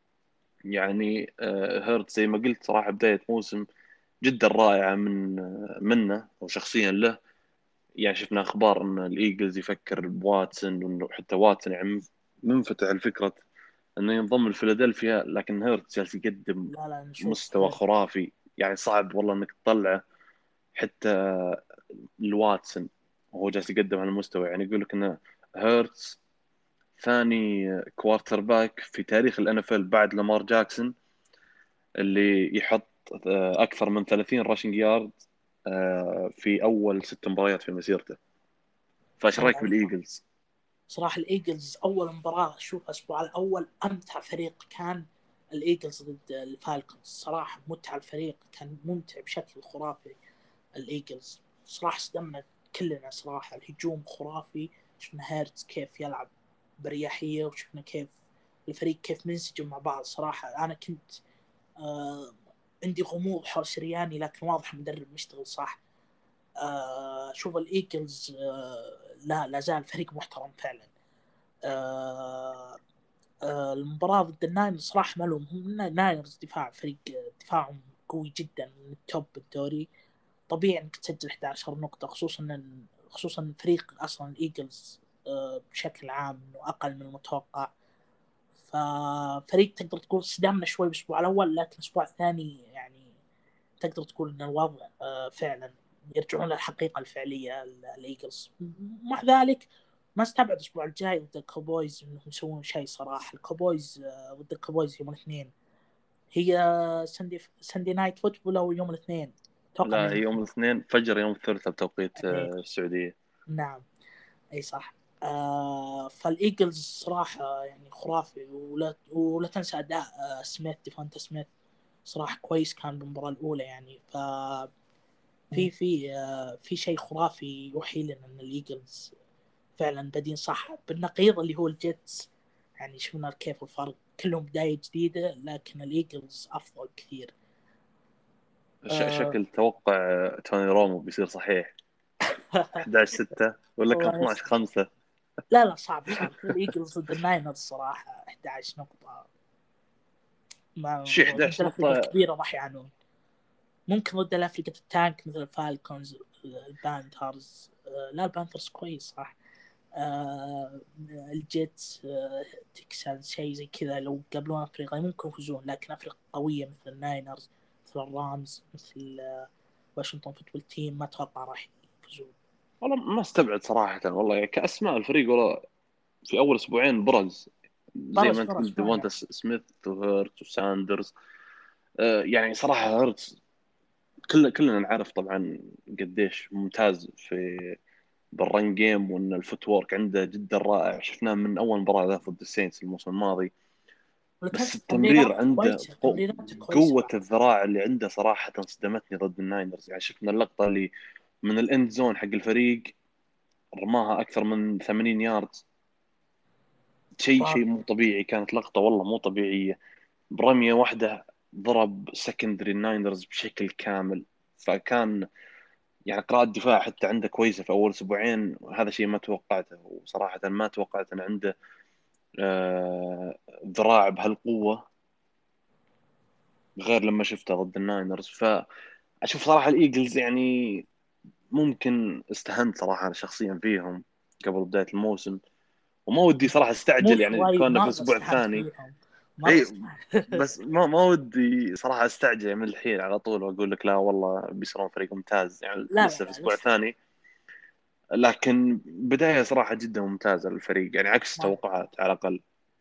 يعني آه، هيرتس زي ما قلت صراحه بدايه موسم جدا رائعه من آه، منه وشخصيا له. يعني شفنا اخبار ان الايجلز يفكر بواتسون، وانه حتى واتسون يعني منفتح لفكره انه ينضم لفيلادلفيا، لكن هيرتز جالس يقدم لا لا نشوف مستوى هيرت. خرافي. يعني صعب والله انك تطلعه حتى الواتسون وهو جالس يقدم على المستوى. يعني يقول لك ان هيرتز ثاني كوارتر باك في تاريخ الان اف ال بعد لامار جاكسون اللي يحط آه، اكثر من ثلاثين راشنج يارد آه، في اول ست مباريات في مسيرته. فايش رايك انا بالايجلز؟ صراحة الايجلز اول مباراة اشوف الاسبوع الاول امتع فريق كان الايجلز ضد الفالكونز. صراحة متعة، الفريق كان ممتع بشكل خرافي. الايجلز صراحة صدمنا كلنا صراحة، الهجوم خرافي. شفنا هيرتز كيف يلعب برياحية، وشفنا كيف الفريق كيف منسجم مع بعض. صراحة أنا كنت آه عندي غموض حول سرياني، لكن واضح المدرب مشتغل صح. آه شوف الإيجلز آه لا لا زال فريق محترم فعلا. آه آه المباراة ضد الناينرز صراحة ملوم. هم الناينرز دفاع فريق دفاعهم قوي جدا من التوب بالدوري. طبيعي انك تسجل احد عشر نقطة، خصوصا ان خصوصا فريق اصلا الايجلز آه، بشكل عام انه اقل من المتوقع. ففريق تقدر تقول صدمنا شوي بالاسبوع الاول، لكن الاسبوع الثاني يعني تقدر تقول ان الوضع آه، فعلا يرجعون للحقيقة الفعلية الايجلز. مع ذلك ما استبعد الاسبوع الجاي ضد الكوبويز انهم يسوون شيء صراحة. الكوبويز آه، ضد الكوبويز يوم الاثنين. هي سندي سندي نايت فوتبول او يوم الاثنين؟ اتوقع انه لا، يوم هي يوم الاثنين. الاثنين فجر يوم الثلاثاء بتوقيت إيه، آه، السعوديه. نعم، اي صح. آه فالايجلز صراحه يعني خرافي. ولا ولا تنسى اداء آه سميث، ديفونتا سميث صراحه كويس كان بالمباراه الاولى. يعني ف في في آه في شيء خرافي يوحي لنا ان الايجلز فعلا بادين صح بالنقيض اللي هو الجيتس. يعني شفنا كيف الفرق، كلهم بدايه جديده، لكن الايجلز افضل كثير. ش- آه شكل توقع آه، توني رومو بيصير صحيح. احد عشر ستة ولا كان الله اثناشر يستر. خمسة؟ لا لا صعب صعب. الايجلز ضد الناينرز صراحه احد عشر نقطه، ما شي ضد احد عشر الافرقه نقطة. الكبيره راح يعانون. ممكن ضد الافرقه التانك مثل الفالكونز، البانثرز آه، لا البانثرز كويس صح. آه الجيتس آه تكسانز شيء زي كذا، لو قابلون افريقيا ممكن يفوزون، لكن افريقيا قويه مثل الناينرز، مثل الرامز، مثل آه واشنطن فوتبول تيم ما اتوقع راح يفوزون. والله ما استبعد صراحة، والله يعني كأسماء الفريق والله في أول أسبوعين برز زي برز ما انت برز قلت ديفونتا فعلا. سميث وهيرتز وساندرز. آه، يعني صراحة هيرتز كل كلنا نعرف طبعا قديش ممتاز في بالرن جيم، وان الفوت وورك عنده جدا رائع، شفناه من اول مباراة له ضد السينس الموسم الماضي. بس وكانت التمرير التمريرات عنده، كويسه، قو- تمريرات كويسه قوة بعد. الذراع اللي عنده صراحة صدمتني ضد الناينرز. يعني شفنا اللقطة اللي من الاند زون حق الفريق رماها اكثر من ثمانين يارد، شيء شيء خرافي. مو طبيعي. كانت لقطة والله مو طبيعية، برمية واحدة ضرب سكندري الناينرز بشكل كامل. فكان يعني قراءة دفاع حتى عنده كويسة في أول أسبوعين، هذا شيء ما توقعته. وصراحة ما توقعت أن عنده آه، ذراع بهالقوة غير لما شفته ضد الناينرز. فأشوف صراحة الإيجلز يعني ممكن استهنت صراحة أنا شخصيا فيهم قبل بداية الموسم، وما ودي صراحة مو استعجل، يعني شوي، كنا في مره الأسبوع استهنت الثاني. فيهم، مره اي استهنت. بس ما ما ودي صراحة استعجل من الحين على طول واقول لك لا والله بيصيرون فريق ممتاز، يعني لا لسه لا في لا الاسبوع لسه. الثاني. لكن بداية صراحة جدا ممتازة للفريق، يعني عكس مره. توقعات على الأقل.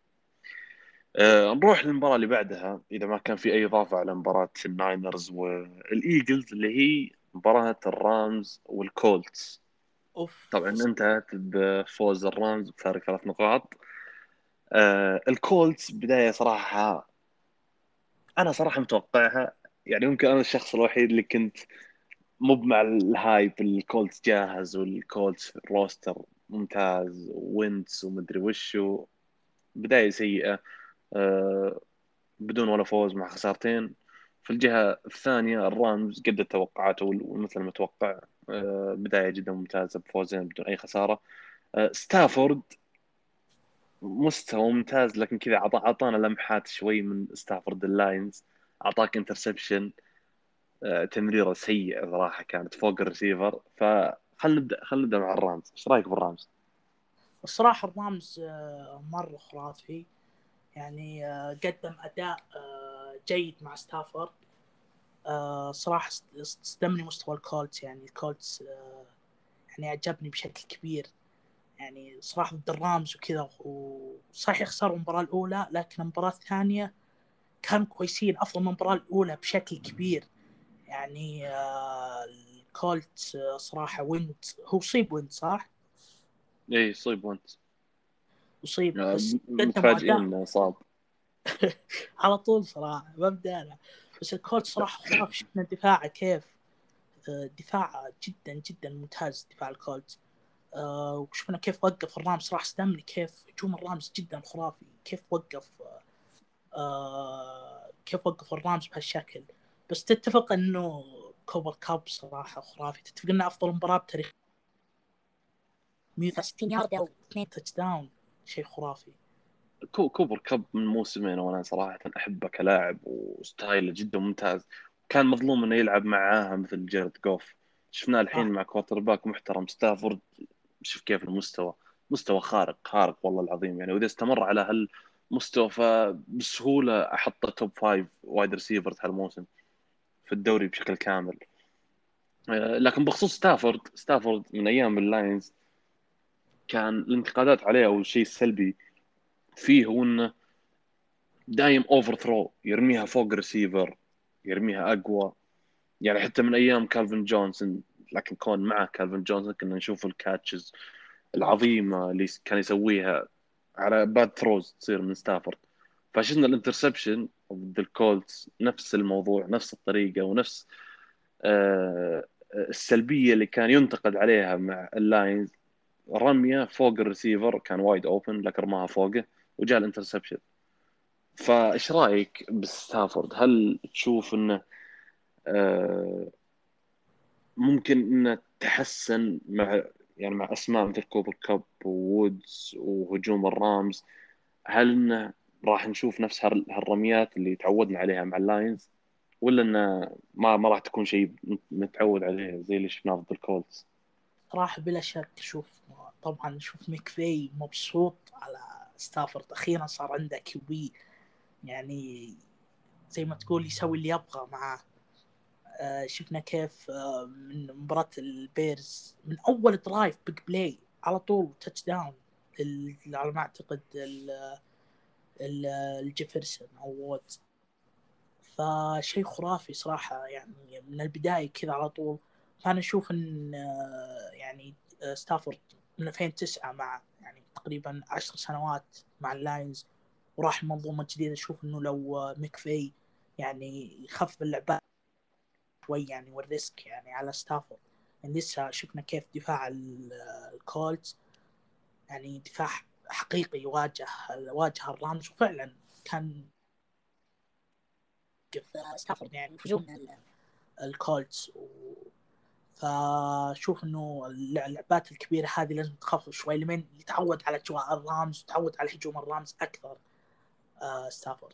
أه نروح للمباراة اللي بعدها إذا ما كان في أي إضافة على مباراة الناينرز والإيجلز، اللي هي مباراة الرامز والكولتس. اوف. طبعا انتهت بفوز الرامز بفارق ثلاث نقاط. أه الكولتس بداية صراحة أنا صراحة متوقعها، يعني يمكن أنا الشخص الوحيد اللي كنت مو مع الهايب. الكولتس جاهز والكولتس روستر ممتاز وينتس ومدري وشو. بداية سيئة، آه، بدون ولا فوز مع خسارتين. في الجهة الثانية الرامز قد التوقعات ومثل ما توقع، آه، بداية جدا ممتازة بفوزين بدون أي خسارة. آه، ستافورد مستوى ممتاز، لكن كذا عطا- أعطانا لمحات شوي من ستافورد اللاينز. أعطاك انترسبشن، آه، تمريره سيئه صراحه كانت فوق الريسيفر. فخلنا نبدا خلنا نبدا مع الرامز. ايش رايك بالرامز؟ الصراحه الرامز آه، مره خرافي، يعني آه، قدم اداء آه، جيد مع ستافورد. آه، صراحه است- استمني مستوى الكولتس، يعني الكولتس آه، يعني عجبني بشكل كبير. يعني صراحه ضد الرامز وكذا، وصحيح خسروا المباراه الاولى لكن المباراه الثانيه كانوا كويسين، افضل من المباراه الاولى بشكل كبير. يعني آه، الكولت آه، صراحه وينت هو صيب وينت صح؟ اي صيب وانت. أصيب آه، بس قدموا متفاجئين أداء انه صاب. على طول صراحة ما بدانا. بس الكولت صراحة خرافي، شفنا دفاعه كيف. آه، دفاع جدا جدا ممتاز دفاع الكولت. آه، وشفنا كيف وقف الرامز، صراحة استمني كيف هجوم الرامز جدا خرافي، كيف وقف آه، كيف وقف الرامز بهالشكل. بس تتفق انه كوبر كاب صراحة خرافي، تتفق انه افضل مباراة بتاريخ مية وستين يارد او اثنين تاتش داون، شيء خرافي. كو- كوبر كاب من موسمين وانا صراحه احبه كلاعب وستايله جدا ممتاز. كان مظلوم انه يلعب معاها مثل جيرد جوف. شفناه الحين صح. مع كوارتر باك محترم ستافورد. شوف كيف المستوى، مستوى خارق خارق والله العظيم. يعني واذا استمر على هالمستوى فبسهوله احطه توب فايف وايد ريسيفرز هالموسم في الدوري بشكل كامل. آه، لكن بخصوص ستافورد، ستافورد من ايام اللاينز كان الانتقادات عليه او الشيء السلبي فيه هو انه دايم اوفر ثرو، يرميها فوق ريسيفر، يرميها اقوى. يعني حتى من ايام كالفن جونسون، لكن كون مع كالفن جونسون كنا نشوف الكاتشز صح. العظيمه اللي كان يسويها على باد ثروز تصير من ستافورد. فشفنا الانترسبشن ضد الكولتس نفس الموضوع، نفس الطريقه ونفس آه، السلبيه اللي كان ينتقد عليها مع اللاينز. رميه فوق الريسيفر كان وايد اوبن لكن رماها فوقه وجاء الانترسبشن. فايش رايك بستافورد؟ هل تشوف انه آه، ممكن انه تحسن مع يعني مع اسماء مثل كوبر كاب وودز وهجوم الرامز؟ هل انه راح نشوف نفس هال- هالرميات اللي تعودنا عليها مع اللاينز، ولا انه ما ما راح تكون شيء متعود عليه زي اللي شفناه ضد الكولتس؟ صراحة بلا شك، شوف طبعا شوف ميكفي مبسوط على ستافورد، أخيرا صار عنده كيوبي، يعني زي ما تقول يسوي اللي يبغى معاه. آه شفنا كيف آه من مباراة البيرز من أول درايف بيج بلاي على طول تاتش داون، ال- على ما أعتقد ال- الجيفرسون أو وود. فشيء خرافي صراحة يعني من البداية كذا على طول. فأنا أشوف إن يعني ستافورد من ألفين وتسعة مع يعني تقريبا عشر سنوات مع اللاينز وراح المنظومة الجديدة، أشوف إنه لو مكفي يعني يخفف اللعبات شوي يعني والريسك يعني على ستافورد. يعني لسه شفنا كيف دفاع الكولتس يعني دفاع حقيقي واجه واجه الرامز، وفعلا كان ستافورد يعني هجوم الكولتس و... فشوف انه اللعبات الكبيره هذه لازم تخفف شوي لمن يتعود على اجواء الرامز وتعود على هجوم الرامز اكثر. آه ستافورد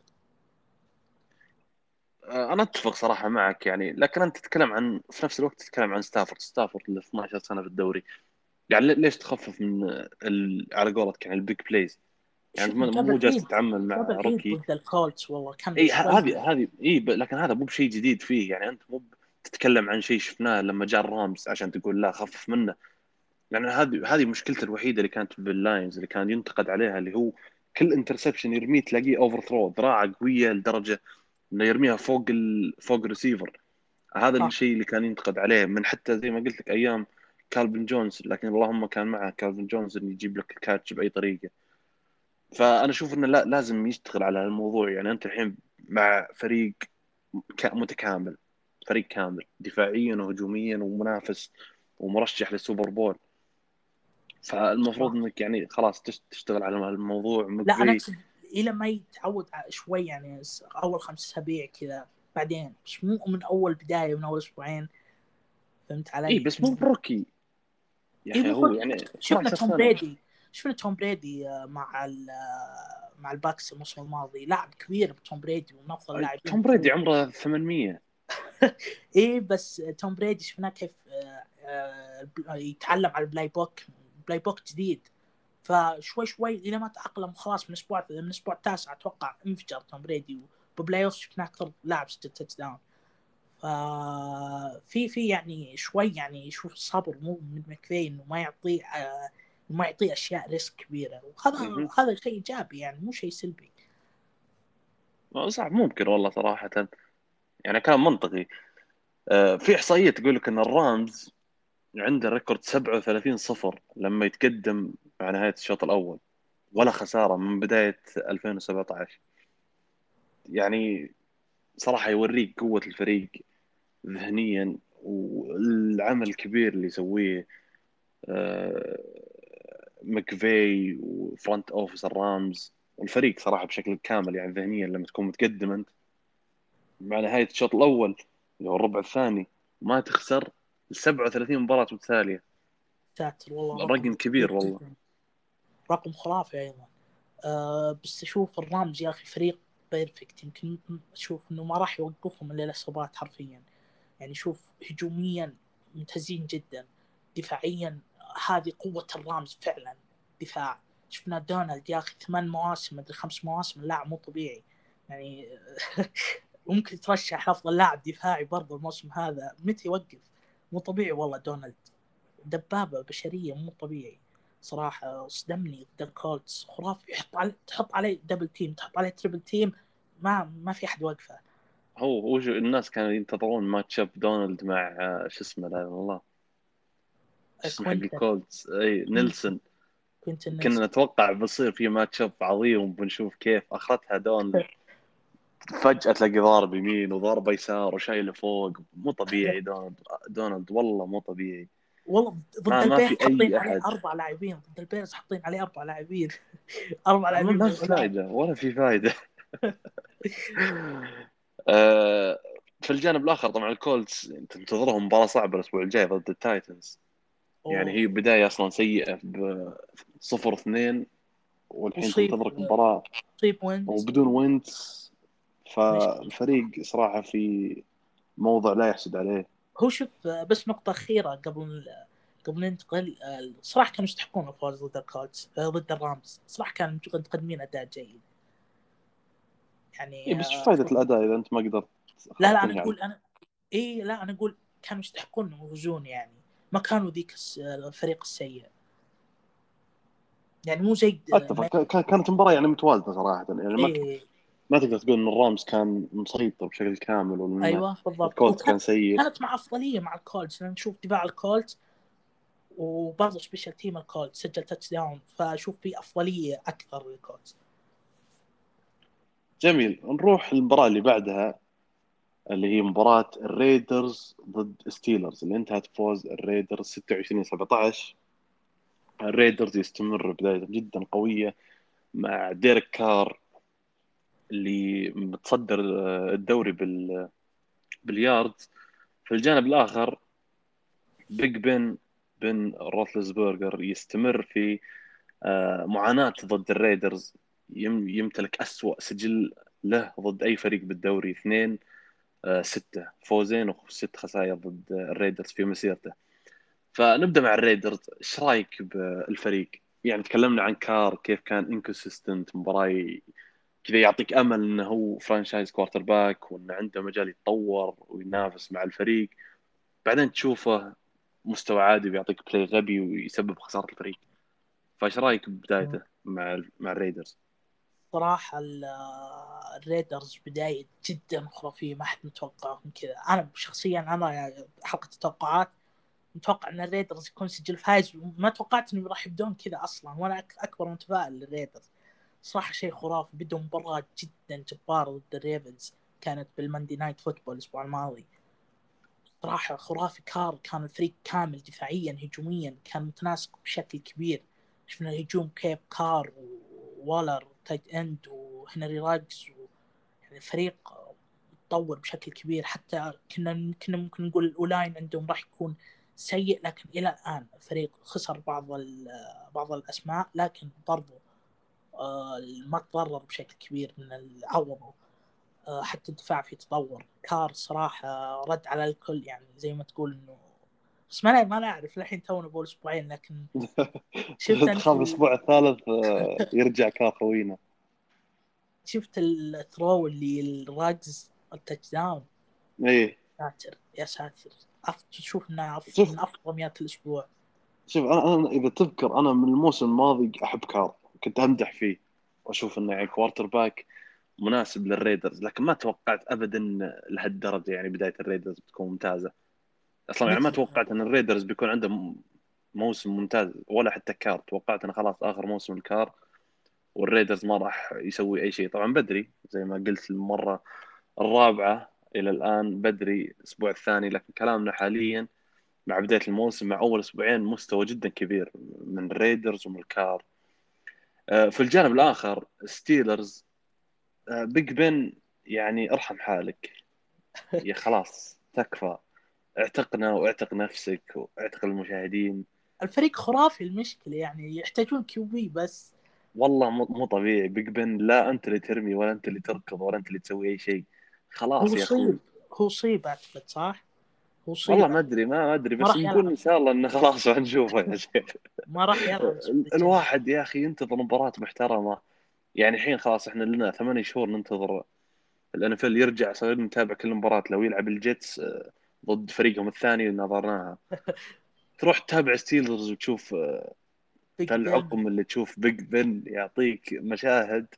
انا اتفق صراحه معك يعني، لكن انت تتكلم عن في نفس الوقت تتكلم عن ستافورد ستافورد اللي اثنا عشر سنه في الدوري. يعني ليش تخفف من ال... على قولتك يعني البيج بلايز؟ يعني شفنا مو قبل جالس عيد تتعامل مع قبل عيد روكي. ضد الكولتس والله كان اي شوي. هذه هذه اي ب... لكن هذا مو بشيء جديد فيه. يعني انت مو تتكلم عن شيء شفناه لما جاء الرامز عشان تقول لا خفف منه. يعني هذه هذه مشكلته الوحيده اللي كانت باللاينز اللي كان ينتقد عليها، اللي هو كل انترسبشن يرميه تلاقيه اوفر ثرو، ذراعه قويه لدرجه انه يرميها فوق ال... فوق الريسيفر. هذا صح الشيء اللي كان ينتقد عليه من حتى زي ما قلت لك ايام كالفن جونز، لكن اللهم كان معه كالفن جونز انه يجيب لك الكاتش باي طريقه. فانا اشوف انه لا لازم يشتغل على الموضوع. يعني انت الحين مع فريق ك- متكامل، فريق كامل دفاعيا وهجوميا ومنافس ومرشح للسوبر بول. فالمفروض صح. انك يعني خلاص تش- تشتغل على الموضوع لا انا مكفي. اقصد الى ما يتعود شوي يعني اول خمس اسابيع كذا بعدين، مش مو من اول بدايه من اول اسبوعين. فهمت اي علي؟ بس مو بروكي يا اي اخي، مو هو بروكي. يعني شفنا اثنا عشر توم سنه. بريدي شفنا توم بريدي مع ال مع الباكس الموسم الماضي، لاعب كبير توم بريدي ومن افضل اللاعبين توم بريدي التاريخ. عمره ثمانمية. ايه بس توم بريدي شفناه كيف آه، آه، يتعلم على البلاي بوك بلاي بوك جديد. فشوي شوي الى ما تاقلم خلاص من اسبوع من الاسبوع التاسع اتوقع انفجر توم بريدي، وببلاي اوف شفناه اكثر لاعب ست تاتش داون. ففي في يعني شوي يعني يشوف الصبر مو من مكفي انه ما يعطيه آه، ما يعطيه اشياء ريسك كبيره، وهذا هذا شيء ايجابي يعني مو شيء سلبي. صح ممكن والله صراحه، يعني كلام منطقي. آه، في احصائيه تقول لك ان الرامز عنده ريكورد سبعة وثلاثين صفر لما يتقدم مع نهايه الشوط الاول، ولا اوف. خساره من بدايه ألفين وسبعة عشر. يعني صراحه يوريك قوه الفريق ذهنيا والعمل الكبير اللي يسويه آه، مكفي وفرونت اوفيس الرامز والفريق صراحه بشكل كامل. يعني ذهنيا لما تكون متقدم انت مع نهايه الشوط الاول اللي هو الربع الثاني ما تخسر سبعة وثلاثين مباراه متتاليه، ساتر والله رقم رقم كبير كبير والله. جدا، رقم خرافي ايضا. أه بس اشوف الرامز يا اخي فريق بيرفكت، يمكن اشوف انه ما راح يوقفهم الا الاصابات حرفيا. يعني شوف هجوميا ممتازين جدا، دفاعيا هذه قوة الرامز فعلا. دفاع شفنا دونالد يا اخي ثمان مواسم مدري خمس مواسم، لاعب مو طبيعي يعني. ممكن ترشح افضل لاعب دفاعي برضه الموسم هذا، متى يوقف؟ مو طبيعي والله دونالد، دبابة بشرية مو طبيعي صراحة. صدمني ضد الكولتس خرافي، يحط عليه تحط عليه دبل تيم تحط عليه تريبل تيم ما ما في احد وقفه. هو هو شو- الناس كانوا ينتظرون ماتش اب دونالد مع آه، شو اسمه لا إله إلا الله، شو اسمه حق كوينتن الكولتس اي كوينتن نيلسون. كوينتن كنا نيلسون. نتوقع بيصير في ماتش اب عظيم وبنشوف كيف اخرتها دونالد. فجأة تلاقي ضارب يمين وضارب يسار وشايله فوق. مو طبيعي دونالد. دونالد والله مو طبيعي. والله ما ضد ما البيرز في حاطين اي عليه احد. اربع لاعبين، ضد البيرز حاطين عليه اربع لاعبين. اربع ما لاعبين ما من في الأولاد. فايدة ولا في فايدة. آه، في الجانب الاخر طبعا الكولتس تنتظرهم مباراة صعبة الاسبوع الجاي ضد التايتنز. يعني هي اوف. بداية اصلا سيئة ب صفر اثنين، والحين وصيب تنتظرك مباراة صيب وينز. وبدون وينتس. مشكلة. فالفريق صراحة في موضع لا يحسد عليه. هو شوف بس نقطة أخيرة قبل قبل ننتقل. صراحة كانوا يستحقون الفوز ضد الكولتس ضد الرامز، صراحة كانوا مقدمين أداء جيد إيه يعني. بس شو فائدة أشوف الأداء إذا أنت ما قدرت لا لا أنا تنهي عليه؟ أقول أنا إيه لا أنا أقول كانوا يستحقون يفوزون يعني، ما كانوا ذيك الفريق السيء. يعني مو زي اتفق، كانت مباراه يعني متوازنه صراحه، يعني ما إيه. ما تقدر تقول ان الرامز كان مسيطر بشكل كامل ولا ايوه بالضبط، الكولتس كان سيء. كانت مع افضليه مع الكولتس، لان نشوف دفاع الكولتس وبرضه سبيشال تيم الكولتس سجل تاتش داون، فاشوف في افضليه اكثر للكولتس. جميل، نروح المباراه اللي بعدها اللي هي مباراة الريدرز ضد ستيلرز اللي انتهت بفوز الريدرز ستة وعشرين سبعة عشر. الريدرز يستمر بداية جدا قوية مع ديريك كار اللي متصدر الدوري بال بالياردز. في الجانب الآخر بيج بن بن روثلسبرغر يستمر في آه، معاناة ضد الريدرز. يمتلك أسوأ سجل له ضد أي فريق بالدوري، اثنين آه، ستة فوزين وست خسائر ضد الريدرز في مسيرته. فنبدأ مع الريدرز، ايش رايك بالفريق؟ يعني تكلمنا عن كار كيف كان انكونسيستنت، مباراة كذا يعطيك امل انه هو فرانشايز كوارتر باك وانه عنده مجال يتطور وينافس مع الفريق، بعدين تشوفه مستوى عادي بيعطيك بلاي غبي ويسبب خسارة الفريق. فايش رايك ببدايته مع مع الريدرز؟ صراحة الريدرز بداية جدا خرافية، ما حد متوقعهم كذا. أنا شخصيا أنا يعني حلقة التوقعات متوقع أن الريدرز يكون سجل فايز، وما توقعت أنهم راح يبدون كذا أصلا، وأنا أكبر متفائل للريدرز. صراحة شيء خرافي، بدوا مباراة جدا جبارة ضد الريفنز، كانت بالماندي نايت فوتبول الأسبوع الماضي. صراحة خرافي، كار كان الفريق كامل دفاعيا هجوميا كان متناسق بشكل كبير. شفنا الهجوم كيف كار ووالر تايت اند وهنري راجز و... يعني الفريق تطور بشكل كبير. حتى كنا كنا ممكن نقول الاولاين عندهم راح يكون سيء، لكن الى الان الفريق خسر بعض بعض الاسماء، لكن برضو آه ما تضرر بشكل كبير من العوض. آه حتى الدفاع في تطور. كار صراحة رد على الكل، يعني زي ما تقول انه، بس ما ما نعرف الحين تونا بقول اسبوعين، لكن شفت انت تخاف ال... الاسبوع الثالث يرجع كار خوينا. شفت الثرو اللي الراجز التاتش داون. ايه ساتر يا ساتر، أف... تشوف انها أف... شوف من افضل ميات الاسبوع. شوف انا انا اذا تذكر انا من الموسم الماضي احب كار، كنت امدح فيه واشوف انه يعني كوارتر باك مناسب للريدرز، لكن ما توقعت ابدا لهالدرجه يعني بدايه الريدرز بتكون ممتازه. اصلا يعني ما مثل توقعت ان الريدرز بيكون عنده موسم ممتاز، ولا حتى كار. توقعت انه خلاص اخر موسم الكار والريدرز ما راح يسوي اي شيء. طبعا بدري زي ما قلت المره الرابعه الى الان، بدري الاسبوع الثاني، لكن كلامنا حاليا مع بدايه الموسم، مع اول اسبوعين مستوى جدا كبير من الريدرز ومن الكار. آه، في الجانب الاخر ستيلرز، آه، بيج بن يعني ارحم حالك يا خلاص تكفى، اعتقنا واعتق نفسك واعتق المشاهدين. الفريق خرافي، المشكلة يعني يحتاجون كيوبي بس. والله مو مو طبيعي بيج بن، لا انت اللي ترمي ولا انت اللي تركض ولا انت اللي تسوي اي شيء. هو خلاص يا صيب اخوي. هو صيب اعتقد، صح؟ هو والله صيب، ما ادري ما ادري ما بس راح نقول يلعب، ان شاء الله انه خلاص راح نشوفه يا شيخ. ما راح يلعب الاسبوع الجاي. الواحد يا اخي ينتظر مباراة محترمة، يعني الحين خلاص احنا لنا ثمانية شهور ننتظر الان اف ال يرجع، صار نتابع كل مباراة. لو يلعب الجيتس آه، ضد فريقهم الثاني نظرناها، تروح تتابع ستيلرز وتشوف آه، بيج بن العقم اللي تشوف بيج بن يعطيك مشاهد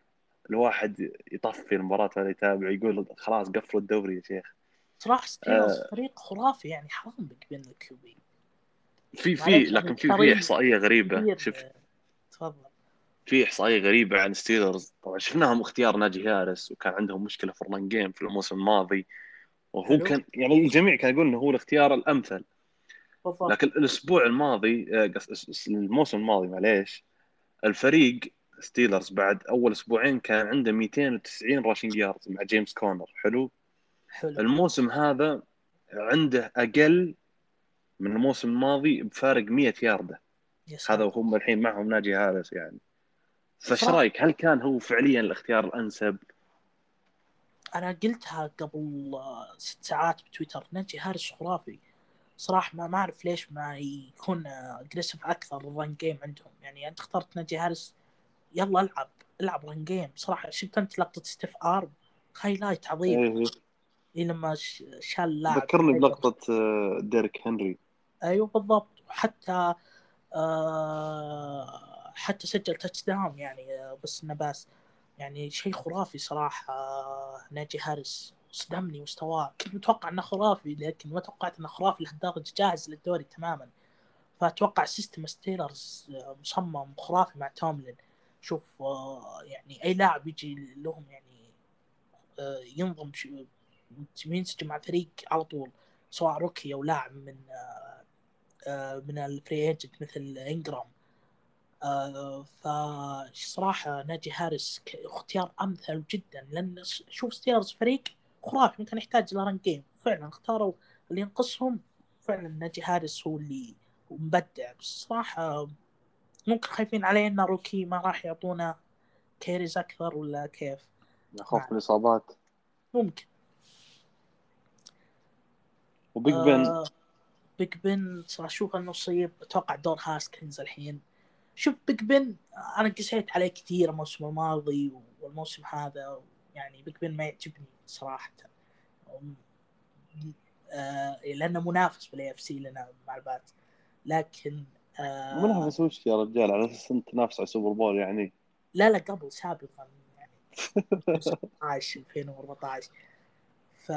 الواحد يطفي المباراة ولا يتابع، يقول خلاص قفلوا الدوري يا شيخ. صراحة ستيلرز آه، فريق خرافي، يعني حرام بيج بن الكيوبي. في في معليش يعني لكن في في كارير احصائية غريبة. كبير. شوف تفضل. في احصائيه غريبه عن ستيلرز. طبعا شفناهم اختيار ناجي هارس، وكان عندهم مشكله في الرن جيم في الموسم الماضي، وهو حلو كان يعني الجميع كان يقول انه هو الاختيار الامثل. بالضبط. لكن الاسبوع الماضي آه، قص- الموسم الماضي معليش، الفريق ستيلرز بعد اول اسبوعين كان عنده مئتين وتسعين راشنج ياردز مع جيمس كونر. حلو. حلو الموسم هذا عنده اقل من الموسم الماضي بفارق مئة ياردة. يا هذا ساتر. وهم الحين معهم ناجي هارس يعني. فايش صراحة رايك؟ هل كان هو فعليا الاختيار الانسب؟ أنا قلتها قبل آه، ست ساعات بتويتر، ناجي هارس خرافي. صراحة ما ما أعرف ليش ما يكون أجريسيف أكثر الران جيم عندهم. يعني أنت اخترت ناجي هارس، يلا العب العب ران جيم. صراحة شفت أنت لقطة ستيف آرم، هايلايت عظيم. ايه إيه لما ش- شال لاعب ذكرني الريدرز. بلقطة ديريك هنري. أيوه بالضبط. وحتى آه حتى سجل تاتش داون يعني، آه، بس انه بس يعني شيء خرافي صراحة. آه، ناجي هاريس صدمني مستواه، كنت متوقع انه خرافي لكن ما توقعت انه خرافي لهالدرجة، جاهز للدوري تماما. فأتوقع سيستم ستيلرز آه، مصمم خرافي مع توملين. شوف آه، يعني أي لاعب يجي لهم يعني آه، ينضم ينسجم مع فريق على طول، سواء روكي أو لاعب من آه، آه، من الفري ايجنت مثل انجرام. آه، فصراحة ناجي هاريس اختيار أمثل جدا، لأن شوف ستيلرز فريق خرافي كان يحتاج لرن جيم، فعلا اختاروا اللي ينقصهم. فعلا ناجي هاريس هو اللي مبدع. بس صراحة ممكن خايفين عليه إن روكي ما راح يعطونا كيريز أكثر ولا كيف؟ اخاف من معنا الاصابات. ممكن. وبيج بن آه بيج بن صراحة أشوف إنه صيب، أتوقع دور هاسكنز الحين. شوف بيج بن أنا قسيت عليه كثير الموسم الماضي والموسم هذا، يعني بيج بن ما يعجبني صراحة. آه لأنه منافس بالاي اف سي لنا مع البات، لكن آه منافس وش يا رجال؟ على اساس انت تنافس على السوبر بول يعني. لا لا قبل سابقا يعني ألفين وستة عشر ألفين وأربعة عشر. ف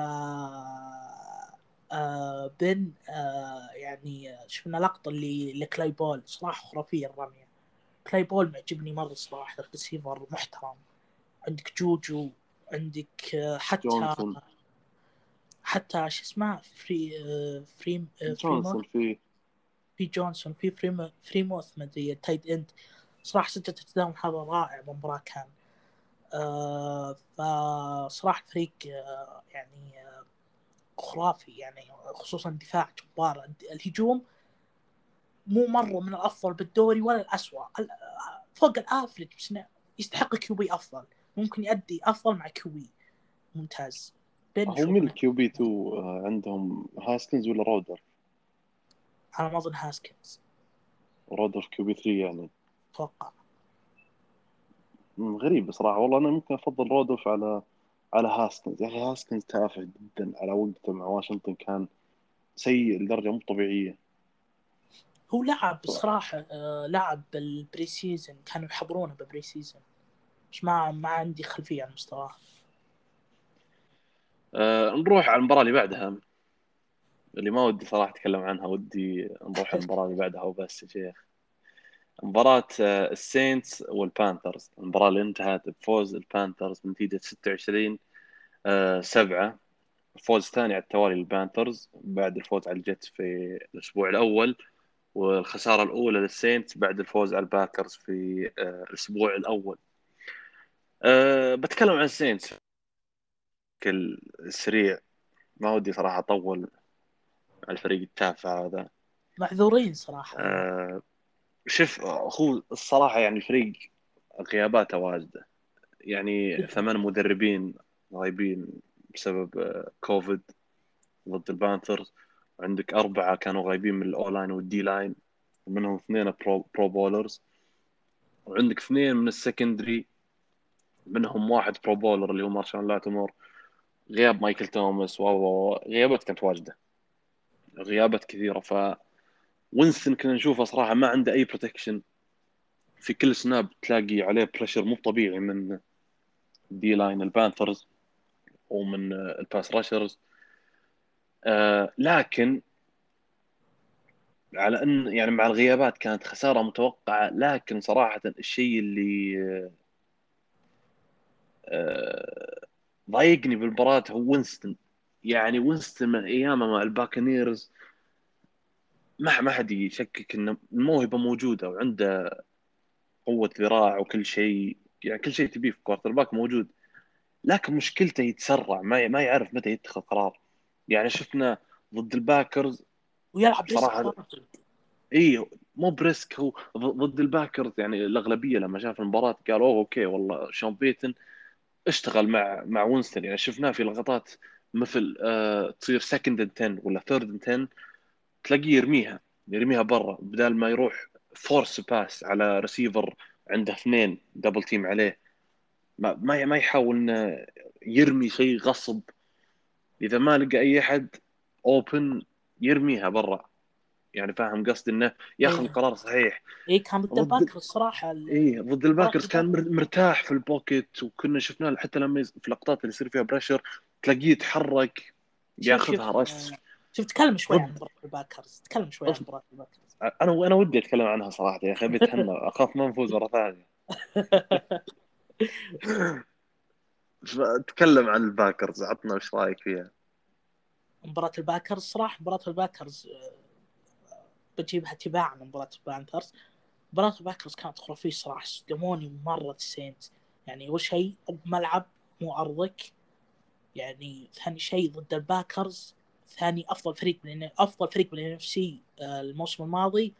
آه بن آه يعني شفنا لقطة اللي لكلاي بول صراحة خرافية الرمية. كلاي بول معجبني مرة صراحة، ريسيفر محترم. عندك جوجو، عندك آه حتى جونسون حتى شو اسمه فري آه فري آه فريموث. جونسون في في جونسون، في فريم فريموث ما ادري التايد اند. صراحة سجل تداوم هذا رائع بالمباراة كان. آه فصراحة الفريق آه يعني آه خرافي يعني، خصوصا دفاع جبار. الهجوم مو مرة من الأفضل بالدوري ولا الأسوأ، فوق الافرج، بس يستحق كيوبي افضل، ممكن يؤدي افضل مع كيوبي ممتاز. بين هو نشوف مين انه الكيو بي تو عندهم؟ هاسكنز ولا رودر؟ على ما اظن هاسكنز، رودر كيو بي ثري يعني. اتوقع. مم، غريب بصراحة والله. أنا ممكن أفضل رودولف على على هاسكنز. يا أخي هاسكنز تافه جدا على وقته مع واشنطن، كان سيء لدرجة مو طبيعية. هو لعب بصراحة آه لعب بالبري سيزون، كانوا يحضرونه بالبري سيزون، بس ما ما عندي خلفية عن مستواه. أه نروح على المباراة اللي بعدها، اللي ما ودي صراحة أتكلم عنها، ودي نروح على المباراة اللي بعدها وبس يا شيخ. مباراة آه، السينتس والبانثرز، المباراة اللي انتهت بفوز البانثرز بنتيجة ستة وعشرين آه، سبعة. فوز ثاني على التوالي للبانثرز بعد الفوز على الجيتس في الأسبوع الأول، والخسارة الأولى للسينتس بعد الفوز على الباكرز في آه، الأسبوع الأول. أه بتكلم عن السينتس بشكل سريع، ما ودي صراحة أطول على الفريق التافه هذا. معذورين صراحة اليوم. أه شوف هو الصراحة يعني الفريق غياباته واجدة، يعني جدا. ثمان مدربين غايبين بسبب آه، كوفيد ضد البانثرز. عندك أربعة كانوا غايبين من الأولاين والدي لاين، ومنهم اثنين برو, برو بولرز. وعندك اثنين من السكندري، منهم واحد برو بولر اللي هو مارشان لاتيمور. غياب مايكل توماس، و غيابات كانت واجدة، غيابات كثيرة. ف وينستون كنا نشوفه صراحة ما عنده أي بروتكشن، في كل سناب تلاقي عليه بريشر مو طبيعي من دي لاين البانثرز ومن آه، الباس راشرز. آه لكن على ان يعني مع الغيابات كانت خساره متوقعه، لكن صراحه الشيء اللي آه، ضايقني بالمباراه هو وينستون. يعني وينستون من ايامه مع الباكنيرز ما ما حد يشكك ان الموهبه موجوده وعنده قوه ذراع وكل شيء، يعني كل شيء تبيه في كوارتر باك موجود. لكن مشكلته يتسرع، ما ما يعرف متى يتخذ قرار. يعني شفنا ضد الباكرز ويلعب ريسك صراحه. واجد. اي مو بريسك، هو ضد الباكرز يعني الاغلبيه لما شاف المباراه قال اوه اوكي والله شون بيتن اشتغل مع مع وينستون. يعني شفناه في لقطات مثل آه تصير سكند اند عشرة ولا ثيرد اند عشرة، تلاقيه يرميها يرميها برا بدل ما يروح فورس باس على ريسيفر عنده اثنين دبل تيم عليه. ما ما ما يحاول انه يرمي شيء غصب، اذا ما لقى اي احد اوبن يرميها برا. يعني فاهم قصدي انه ياخذ إيه. القرار صحيح. إيه كان ضد ضد الباكرز الصراحة. ايه ضد مباراة الباكرز كان الباكرز مر- مرتاح في البوكيت، وكنا شفناه حتى لما يز- في اللقطات اللي يصير فيها بريشر تلاقيه يتحرك شوف شوف ياخذها رش. شوف تكلم شوي عن ضد مباراة الباكرز، تكلم شوي عن أص- مباراة الباكرز. انا وانا ودي اتكلم عنها صراحه يا اخي، بتهنى اخاف ما نفوز مره ثانيه. فتكلم عن الباكرز، عطنا وش رايك فيها. مباراة الباكرز صراحة، مباراة الباكرز بجيبها تباعا من مباراة البانثرز. مباراة الباكرز كانت خرافية صراحة، صدموني مرة السينتس. يعني أول شيء بملعب مو أرضك، يعني ثاني شيء ضد الباكرز، ثاني أفضل فريق من أفضل فريق من اف سي الموسم الماضي،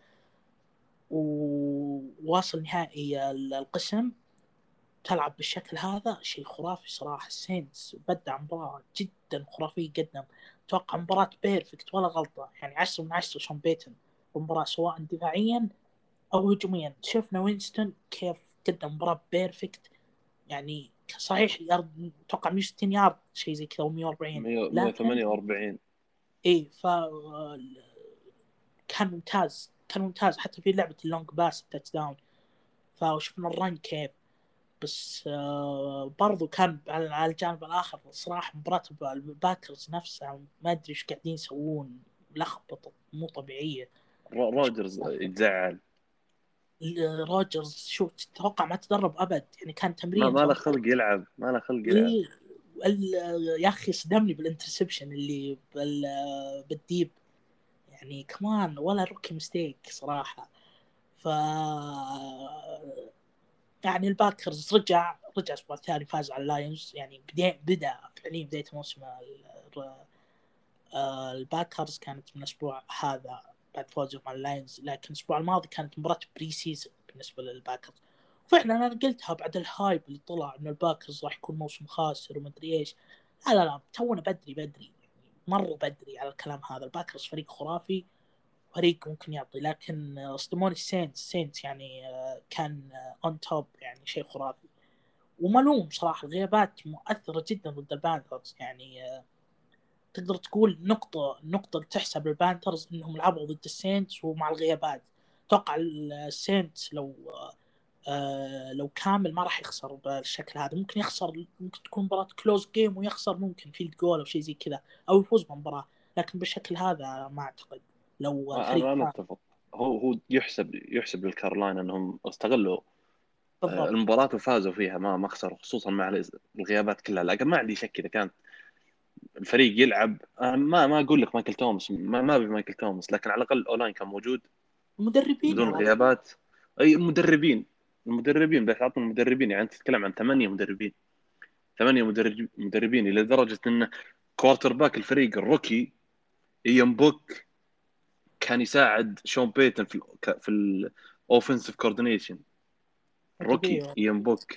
وواصل نهائي القسم، تلعب بالشكل هذا شيء خرافي صراحة. السينتس بدع مباراة جدا خرافية قدم، توقع مباراة بيرفكت ولا غلطة، يعني عشرة من عشرة شون بيتن المباراة سواء دفاعيا أو هجوميا. شفنا وينستون كيف قدم مباراة بيرفكت، يعني صحيح يارد توقع مية وستين يارد شيء زي كذا و140، لكن مية وثمانية وأربعين. ايه ف كان ممتاز، كان ممتاز حتى في لعبة اللونج باس تاتش داون. فشفنا الرن كيف، بس آه برضو كان على الجانب الآخر صراحة مباراة الباكرز نفسها ما أدري إيش قاعدين يسوون، لخبطة مو طبيعية. روجرز يتزعل. روجرز شو تتوقع ما تدرب أبد، يعني كان ما تمرين ما له خلق يلعب، ما له خلق يلعب. إيه. يا أخي صدمني بالانترسبشن اللي بال... بالديب، يعني كمان ولا روكي مستيك صراحة. ف يعني الباكرز رجع رجع الاسبوع الثاني فاز على اللايونز، يعني بدا بدا فعليا بدايه موسم الباكرز كانت من الاسبوع هذا بعد فوزهم على اللايونز، لكن الاسبوع الماضي كانت مباراه بري سيزون بالنسبه للباكرز. فعلا انا قلتها بعد الهايب اللي طلع ان الباكرز راح يكون موسم خاسر ومدري ايش. لا لا لا تونا بدري بدري، يعني مره بدري على الكلام هذا. الباكرز فريق خرافي، فريق ممكن يعطي، لكن اصدموني السينتس. السينتس يعني كان اون توب، يعني شيء خرافي وملوم صراحه. الغيابات مؤثره جدا ضد البانثرز، يعني تقدر تقول نقطه نقطه تحسب للبانثرز انهم لعبوا ضد السينتس ومع الغيابات. اتوقع السينتس لو آه لو كامل ما راح يخسر بالشكل هذا، ممكن يخسر، ممكن تكون مباراة كلوز جيم ويخسر، ممكن فيلد جول او شيء زي كذا، او يفوز بالمباراة، لكن بالشكل هذا ما اعتقد لو الفريق انا انا فاز. اتفق. هو هو يحسب يحسب للكارولاينا انهم استغلوا بالضبط. المباراة وفازوا فيها، ما ما خسروا، خصوصا مع الغيابات كلها. لكن ما عندي شك اذا كان الفريق يلعب، أنا ما ما اقول لك مايكل توماس، ما ما ابي مايكل توماس، لكن على الاقل اونلاين كان موجود المدربين يا بدون رجل. غيابات. اي مدربين، المدربين بس عطنا المدربين، يعني انت تتكلم عن ثمانية مدربين، ثمانية مدرب مدربين الى درجة ان كوارتر باك الفريق الروكي ايان بوك كان يساعد شون بيتن في ال في الاوفنسيف كوردينيشن. روكي طبيعي. ايان بوك.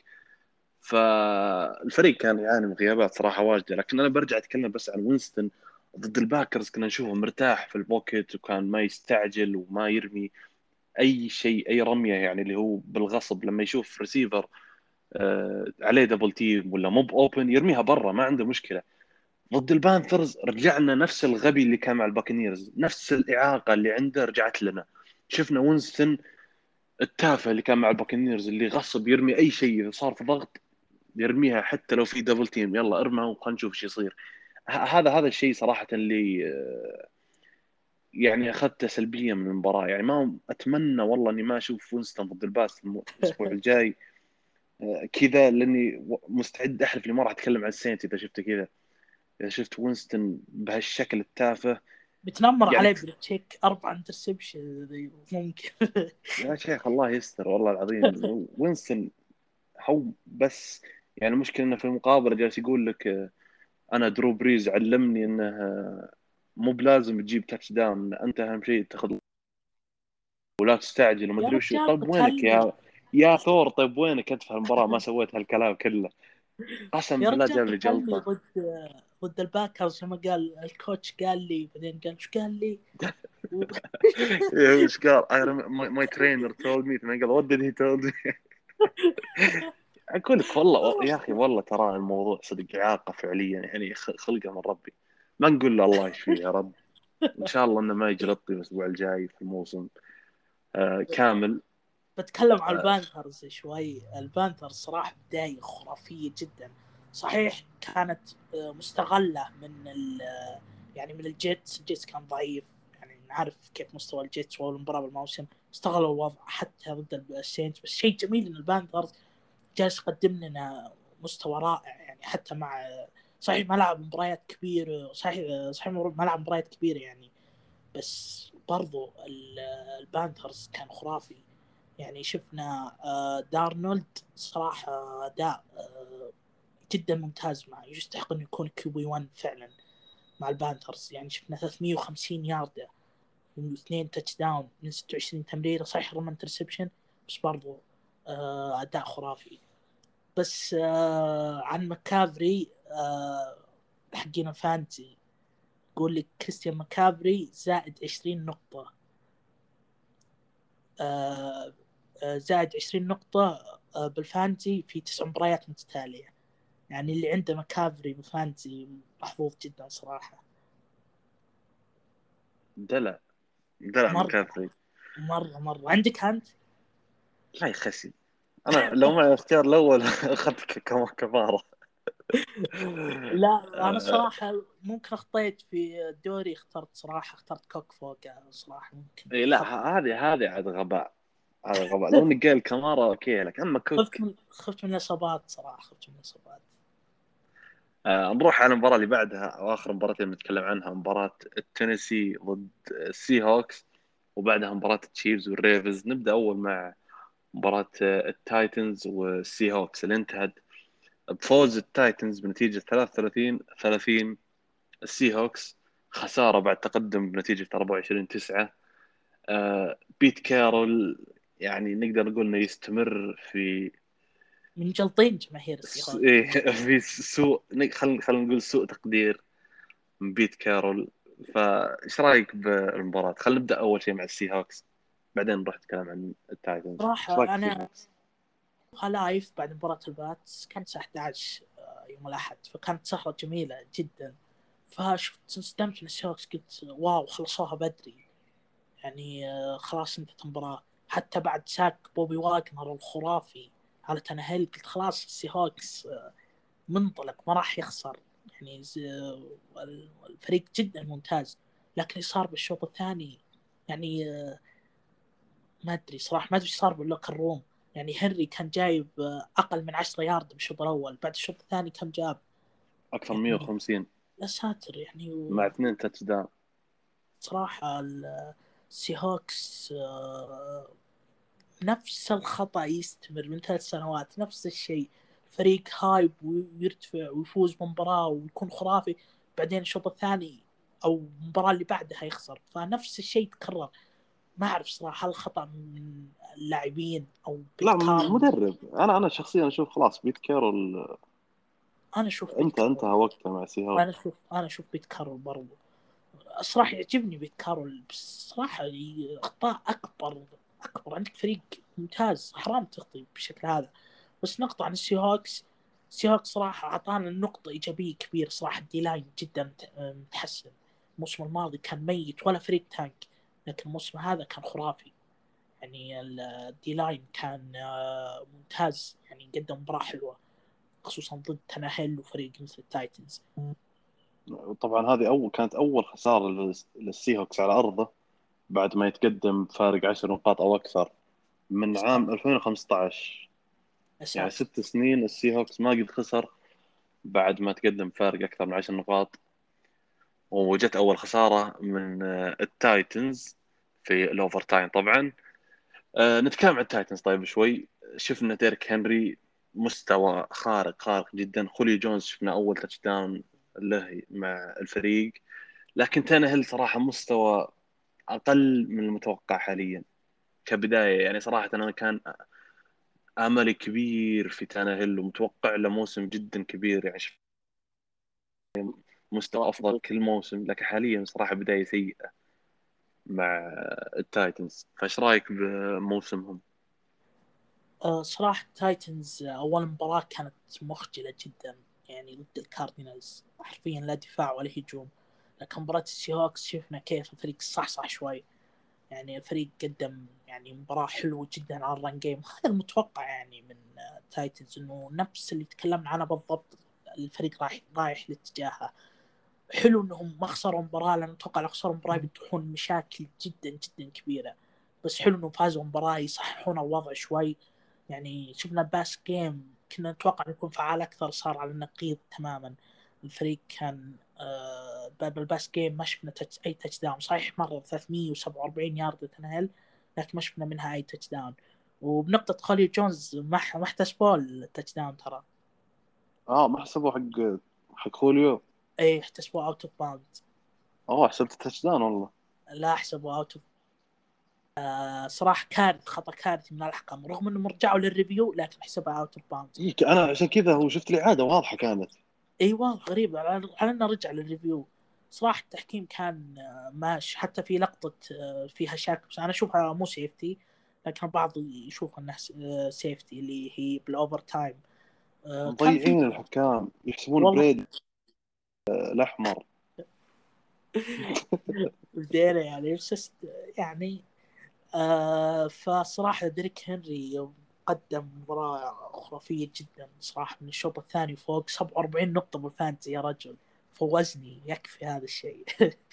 فالفريق كان يعاني من غيابات صراحه واجده. لكن انا برجع اتكلم بس عن وينستون ضد الباكرز، كنا نشوفه مرتاح في البوكيت، وكان ما يستعجل وما يرمي اي شيء، اي رميه يعني اللي هو بالغصب. لما يشوف ريسيفر آه عليه دبل تيم ولا موب اوبن يرميها برا، ما عنده مشكله. ضد البانثرز رجعنا نفس الغبي اللي كان مع الباكنيرز، نفس الاعاقه اللي عنده رجعت لنا. شفنا وينستون التافه اللي كان مع الباكنيرز اللي غصب يرمي اي شيء اذا صار في ضغط، يرميها حتى لو في دبل تيم، يلا ارمى وخلينا نشوف ايش يصير. هذا هذا الشيء صراحه اللي آه، يعني اخذته سلبيا من المباراه. يعني ما اتمنى والله اني ما اشوف وينستون ضد الباس الاسبوع الجاي آه، كذا، لاني مستعد احلف اني ما راح اتكلم عن السينت اذا شفته كذا. اذا شفت وينستون بهالشكل التافه بتنمر يعني. عليه بالتشيك اربع انترسبشن ممكن. يا شيخ الله يستر والله العظيم. وينستون هو بس يعني المشكله انه في المقابله جالس يقول لك آه، انا درو بريز علمني انه آه، مو بلازم تجيب تاتش داون، انت اهم شيء تاخذ ولا تستعجل وما يا ادري وشو. رجال طيب وينك قتلني، يا يا ثور؟ طيب وينك انت في المباراه؟ ما سويت هالكلام كله. قسم يا بالله رجال جاب لي قتلني جلطه. ضد ضد الباكرز لما قال الكوتش قال لي، بعدين قال ايش قال لي. ايش قال؟ I rem- my, my trainer told me. ثم قال what did he told me. اقول لك والله يا اخي، والله ترى الموضوع صدق اعاقه فعليا، يعني خ- خلقه من ربي. ما نقول له الله يشفيه يا رب، ان شاء الله انه ما يجلطي الاسبوع الجاي في الموسم آه كامل. بتكلم عن البانثرز شوي. البانثرز صراحة بداية خرافية جدا. صحيح كانت مستغلة من ال يعني من الجيتس. الجيتس كان ضعيف، يعني نعرف كيف مستوى الجيتس والمباراة بالموسم، استغلوا الوضع حتى ضد السينتس. بس شيء جميل ان البانثرز جالس يقدم لنا مستوى رائع، يعني حتى مع صحيح ما لعب مباريات كبيرة، صحيح صحيح ما لعب مباريات كبيرة يعني، بس برضو البانثرز كان خرافي. يعني شفنا دارنولد صراحة أداء جدا ممتاز معه، يستحق أن يكون كيو بي واحد فعلا مع البانثرز. يعني شفنا ثلاثمية وخمسين ياردة واثنين تاتش داون من ستة وعشرين تمريرة، صحيح رمى انترسبشن بس برضو أداء خرافي. بس عن مكافري حقين الفانتزي، يقول لك كريستيان مكافري زائد عشرين نقطة، زائد عشرين نقطة بالفانتزي في تسع مباريات متتالية. يعني اللي عنده مكافري بالفانتزي محظوظ جدا صراحة. دلع دلع مرة مكافري. مرة مرة. عندك أنت؟ لا يخسي، انا لو معي اختيار الاول اخذت كم كفاره. لا أنا صراحة ممكن أخطيت في الدوري، اخترت صراحة اخترت كوك فوق صراحة. ممكن اي لا، خف... هذه هذه عاد غباء، هذا غباء. لو انك قال كمارا اوكي لك، اما خفت كوك. من خفت من الإصابات صراحة، خفت من الإصابات. آه نروح على المباراه اللي بعدها، واخر مباراه اللي بنتكلم عنها، مباراه التينيسي ضد السي هوكس، وبعدها مباراه التشيفز والريفز. نبدا اول مع مباراه التايتنز والسي هوكس اللي انتهت بفوز التايتنز بنتيجه ثلاثة وثلاثين ثلاثين. السي هوكس خساره بعد تقدم بنتيجه أربعة وعشرين تسعة. آه بيت كارول يعني نقدر نقول انه يستمر في من جلطين جماهير السي س- هوك. إيه، في سوء، خلينا خلينا نقول سوء تقدير من بيت كارول. فايش رايك بالمباراه؟ خلينا نبدا اول شيء مع السي هوكس، بعدين نروح نتكلم عن التايتنز. ايش رايك صراحة في السي أنا هوكس؟ لايف بعد مباراة الباتس كانت الساعة أحد عشر يوم الأحد، فكانت سهرة جميلة جدا. فشفت انصدمت من السيوكس، قلت واو خلصوها بدري. يعني خلاص انتهت المباراة حتى بعد ساك بوبي واغنر الخرافي على تنهيل. قلت خلاص السيهوكس منطلق ما راح يخسر، يعني الفريق جدا ممتاز. لكن اللي صار بالشوط الثاني يعني ما ادري صراحه، ما ادري ايش صار باللوكر روم. يعني هنري كان جايب اقل من عشرة يارد بالشوط الاول، بعد الشوط الثاني كم جاب؟ اكثر من يعني مية وخمسين يا ساتر يعني. مع اثنين تاتش داون. صراحه السي هوكس نفس الخطا يستمر من ثلاث سنوات، نفس الشيء. فريق هايب ويرتفع ويفوز بمباراه ويكون خرافي، بعدين الشوط الثاني او المباراه اللي بعدها يخسر. فنفس الشيء تكرر. ما اعرف صراحه هل خطا من اللاعبين او لا، بيت كارل. مدرب. انا انا شخصيا اشوف خلاص بيت كارول انا اشوف بيت انت انتهى كارول. وقته مع سي انا هوكس. اشوف انا اشوف بيت كارول برضو. الصراحه يعجبني بيت كارول، بس صراحه اخطاء اكبر اكبر. عندك فريق ممتاز، حرام تخطي بالشكل هذا. بس نقطه عن السي هوكس. السي هوكس صراحه اعطانا نقطه ايجابيه كبيره صراحه. الدي لاين جدا متحسن. الموسم الماضي كان ميت ولا فريق تانك، لكن الموسم هذا كان خرافي. يعني الدي لاين كان ممتاز، يعني قدم مباراه حلوه خصوصا ضد تناهل وفريق مثل التايتنز. طبعا هذه اول كانت اول خساره للس- للسي هوكس على ارضه بعد ما يتقدم فارق عشر نقاط او اكثر من عام ألفين وخمسة عشر. يعني أسات. ست سنين السي هوكس ما قد خسر بعد ما تقدم فارق اكثر من عشر نقاط. وجت اول خساره من آه، التايتنز في الاوفر تايم طبعا. أه نتكلم عن التايتنز طيب شوي. شفنا ديريك هنري مستوى خارق خارق جدا. خولي جونز شفنا اول تاتش داون له مع الفريق. لكن تانهيل صراحه مستوى اقل من المتوقع حاليا كبدايه. يعني صراحه انا كان املي كبير في تانهيل ومتوقع له موسم جدا كبير، يعني مستوى افضل كل موسم. لكن حاليا صراحه بدايه سيئه مع التايتنز. فايش رايك بموسمهم؟ أه صراحة تايتنز أول مباراة كانت مخجلة جدا، يعني ضد الكاردينالز حرفيا لا دفاع ولا هجوم. لكن مباراة السي هوكس شفنا كيف الفريق صح صح شوي، يعني الفريق قدم يعني مباراة حلوة جدا على الران جيم. هذا المتوقع يعني من تايتنز، انه نفس اللي تكلمنا عنه بالضبط، الفريق رايح رايح لاتجاهه. حلو انهم ما خسروا مباراة، لان اتوقع لو خسروا مباراة بيفتحون مشاكل جدا جدا كبيرة، بس حلو انهم فازوا مباراة يصححون الوضع شوي. يعني شفنا باس جيم كنا نتوقع انه يكون فعال اكثر، صار على النقيض تماما. الفريق كان آه بالباس جيم ما شفنا تتش اي تاتش داون، صحيح مرة ثلاثمية وسبعة وأربعين يارد تنهل، لكن ما شفنا منها اي تاتش داون. وبنقطة خوليو جونز ما ما احتسبوا التاتش داون ترى. اه ما حسبوا حق حق خوليو. اي احتسبوا اوت اوف باوند. اه حسبت تاتش داون والله. لا احسبوا اوت اوف. صراحة كارث، خطأ كارثي من الحكم، رغم انهم رجعوا للريفيو لكن حسبها اوت اوف باوند. إيه انا عشان كذا هو شفت الإعادة واضحة كانت. ايوه غريب على على انه رجع للريفيو. صراحة التحكيم كان ماشي، حتى في لقطة فيها شك، بس انا اشوفها مو سيفتي، لكن البعض يشوف انها سيفتي اللي هي بالاوفر تايم. كان في مضيعين الحكام يحسبون والله بريد الأحمر. بدينا يعني بس يعني آه فصراحة ديريك هنري قدم مباراة خرافية جدا صراحة. من الشوط الثاني فوق سبعة وأربعين نقطة بالفانتزي يا رجل، فوزني يكفي هذا الشيء.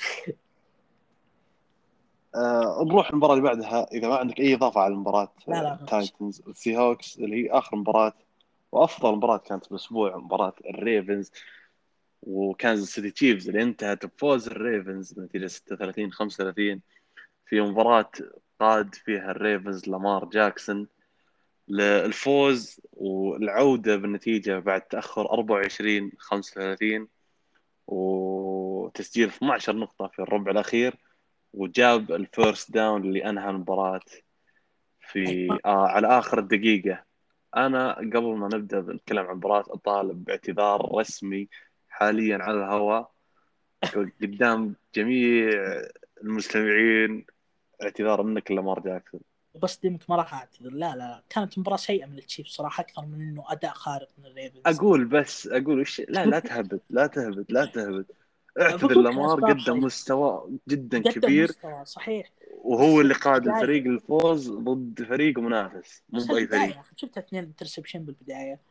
آه نروح المباراة اللي بعدها إذا ما عندك أي إضافة على المباراة. لا لا آه ما فيش. تايتنز والسي هوكس اللي هي آخر مباراة وأفضل مباراة كانت بالأسبوع، مباراة الريفنز وكانزاس سيتي تشيفز اللي انتهت بفوز الريفنز بنتيجة ستة وثلاثين خمسة وثلاثين في مباراة قاد فيها الريفنز لامار جاكسون للفوز والعودة بالنتيجة بعد تأخر أربعة وعشرين خمسة وثلاثين وتسجيل اثنتي عشرة نقطة في الربع الأخير، وجاب الفيرست داون اللي أنهى المباراة في أيوة. آه على آخر الدقيقة. أنا قبل ما نبدأ نتكلم عن المباراة أطالب باعتذار رسمي حاليا على الهواء قدام جميع المستمعين، اعتذار منك لامار جاكسون. بس ديمك ما راح اعتذر، لا لا كانت مباراة سيئة من التشيف صراحة، اكثر من انه اداء خارق من الريفنز. اقول بس اقول وش لا لا تهبط لا تهبط لا تهبط. اعتذر، بقول لك لامار الاسباب. قدم طيب مستوى جدا قدم كبير مستوى صحيح، وهو بس اللي قاد الفريق البداية، للفوز ضد فريق منافس مو بس باي فريق. البداية شفت اثنين انترسبشن بالبداية.